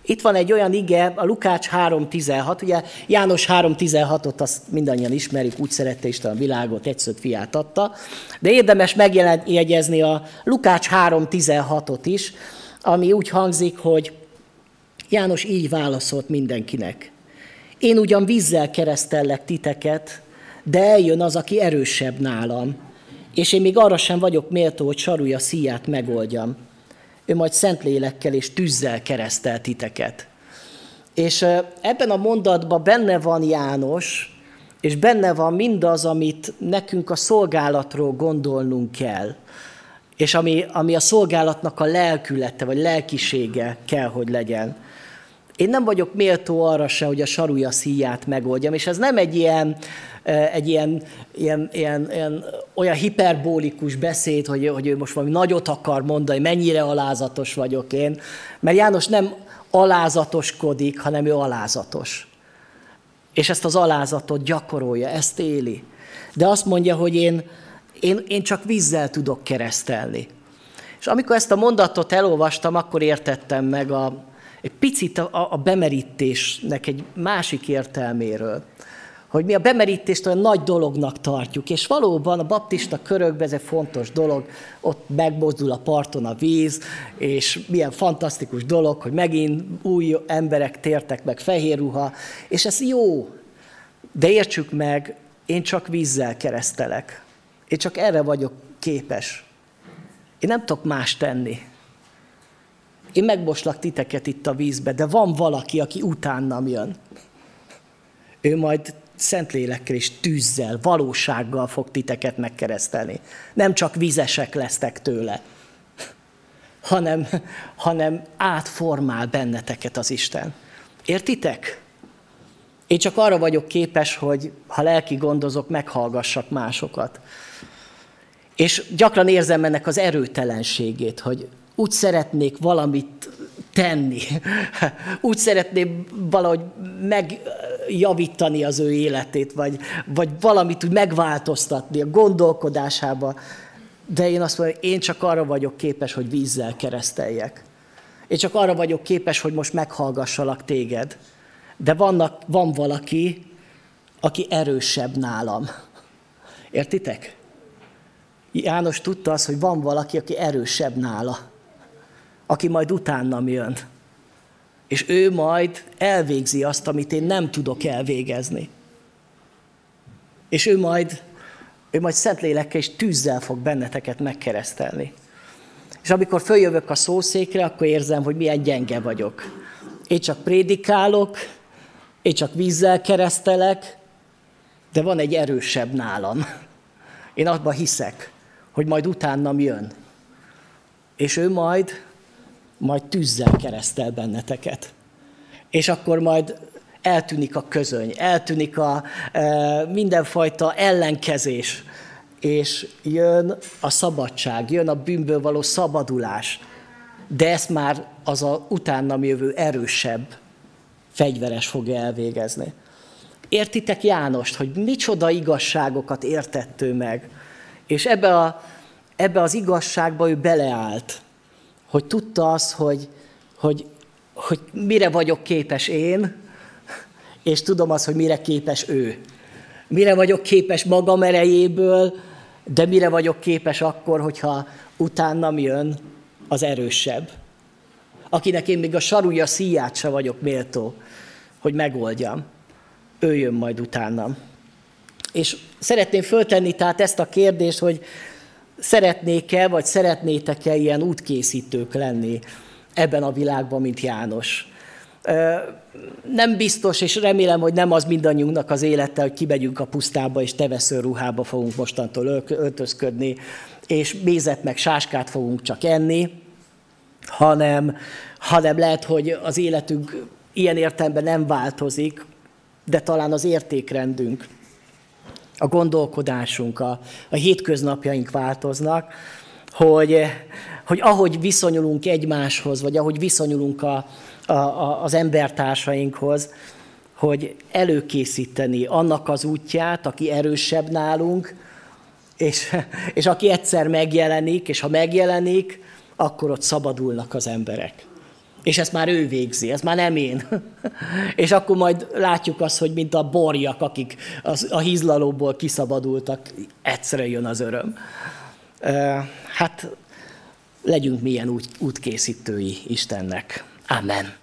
Speaker 2: Itt van egy olyan ige, a Lukács 3.16, ugye János 3.16-ot azt mindannyian ismerjük, úgy szerette Isten a világot, egyszülött fiát adta, de érdemes megjegyezni a Lukács 3.16-ot is, ami úgy hangzik, hogy János így válaszolt mindenkinek. Én ugyan vízzel keresztellek titeket, de eljön az, aki erősebb nálam, és én még arra sem vagyok méltó, hogy sarúja szíját megoldjam. Ő majd Szentlélekkel és tűzzel keresztel titeket. És ebben a mondatban benne van János, és benne van mindaz, amit nekünk a szolgálatról gondolnunk kell, és ami a szolgálatnak a lelkülete, vagy lelkisége kell, hogy legyen. Én nem vagyok méltó arra se, hogy a sarúja szíját megoldjam, és ez nem egy ilyen olyan hiperbolikus beszéd, hogy ő most valami nagyot akar mondani, mennyire alázatos vagyok én, mert János nem alázatoskodik, hanem ő alázatos. És ezt az alázatot gyakorolja, ezt éli. De azt mondja, hogy én csak vízzel tudok keresztelni. És amikor ezt a mondatot elolvastam, akkor értettem meg egy picit a bemerítésnek egy másik értelméről. Hogy mi a bemerítést olyan nagy dolognak tartjuk, és valóban a baptista körökben ez egy fontos dolog, ott megmozdul a parton a víz, és milyen fantasztikus dolog, hogy megint új emberek tértek meg, fehér ruha, és ez jó, de értsük meg, én csak vízzel keresztelek. Én csak erre vagyok képes. Én nem tudok más tenni. Én megmoslak titeket itt a vízbe, de van valaki, aki utánam jön. Ő majd Szentlélekkel és tűzzel, valósággal fog titeket megkeresztelni. Nem csak vizesek lesztek tőle, hanem átformál benneteket az Isten. Értitek? Én csak arra vagyok képes, hogy ha lelki gondozok, meghallgassak másokat. És gyakran érzem ennek az erőtelenségét, hogy úgy szeretnék valamit tenni, úgy szeretném valahogy megjavítani az ő életét, vagy valamit úgy megváltoztatni a gondolkodásába, de én azt mondom, én csak arra vagyok képes, hogy vízzel kereszteljek. Én csak arra vagyok képes, hogy most meghallgassalak téged. De van valaki, aki erősebb nálam. Értitek? János tudta azt, hogy van valaki, aki erősebb nála, aki majd utánam jön. És ő majd elvégzi azt, amit én nem tudok elvégezni. És ő majd Szentlélekkel és tűzzel fog benneteket megkeresztelni. És amikor följövök a szószékre, akkor érzem, hogy milyen gyenge vagyok. Én csak prédikálok, én csak vízzel keresztelek, de van egy erősebb nálam. Én abban hiszek, hogy majd utánam jön. És ő majd tűzzel keresztel benneteket. És akkor majd eltűnik a közöny, eltűnik a mindenfajta ellenkezés, és jön a szabadság, jön a bűnből való szabadulás. De ezt már az a utánam jövő erősebb fegyveres fogja elvégezni. Értitek Jánost, hogy micsoda igazságokat értett ő meg, és ebbe az igazságba ő beleállt, hogy tudta azt, hogy mire vagyok képes én, és tudom azt, hogy mire képes ő. Mire vagyok képes magam erejéből, de mire vagyok képes akkor, hogyha utánam jön az erősebb. Akinek én még a sarúja szíját se vagyok méltó, hogy megoldjam. Ő jön majd utánam. És szeretném föltenni tehát ezt a kérdést, hogy szeretnék-e, vagy szeretnétek-e ilyen útkészítők lenni ebben a világban, mint János. Nem biztos, és remélem, hogy nem az mindannyiunknak az élete, hogy kimegyünk a pusztába, és teveszőruhába fogunk mostantól öltözködni, és mézet meg sáskát fogunk csak enni, hanem lehet, hogy az életünk ilyen értelemben nem változik, de talán az értékrendünk, a gondolkodásunk, a hétköznapjaink változnak, hogy ahogy viszonyulunk egymáshoz, vagy ahogy viszonyulunk az embertársainkhoz, hogy előkészíteni annak az útját, aki erősebb nálunk, és aki egyszer megjelenik, és ha megjelenik, akkor ott szabadulnak az emberek. És ezt már ő végzi, ez már nem én. És akkor majd látjuk azt, hogy mint a borjak, akik a hízlalóból kiszabadultak, egyszerre jön az öröm. Hát legyünk milyen útkészítői Istennek. Amen.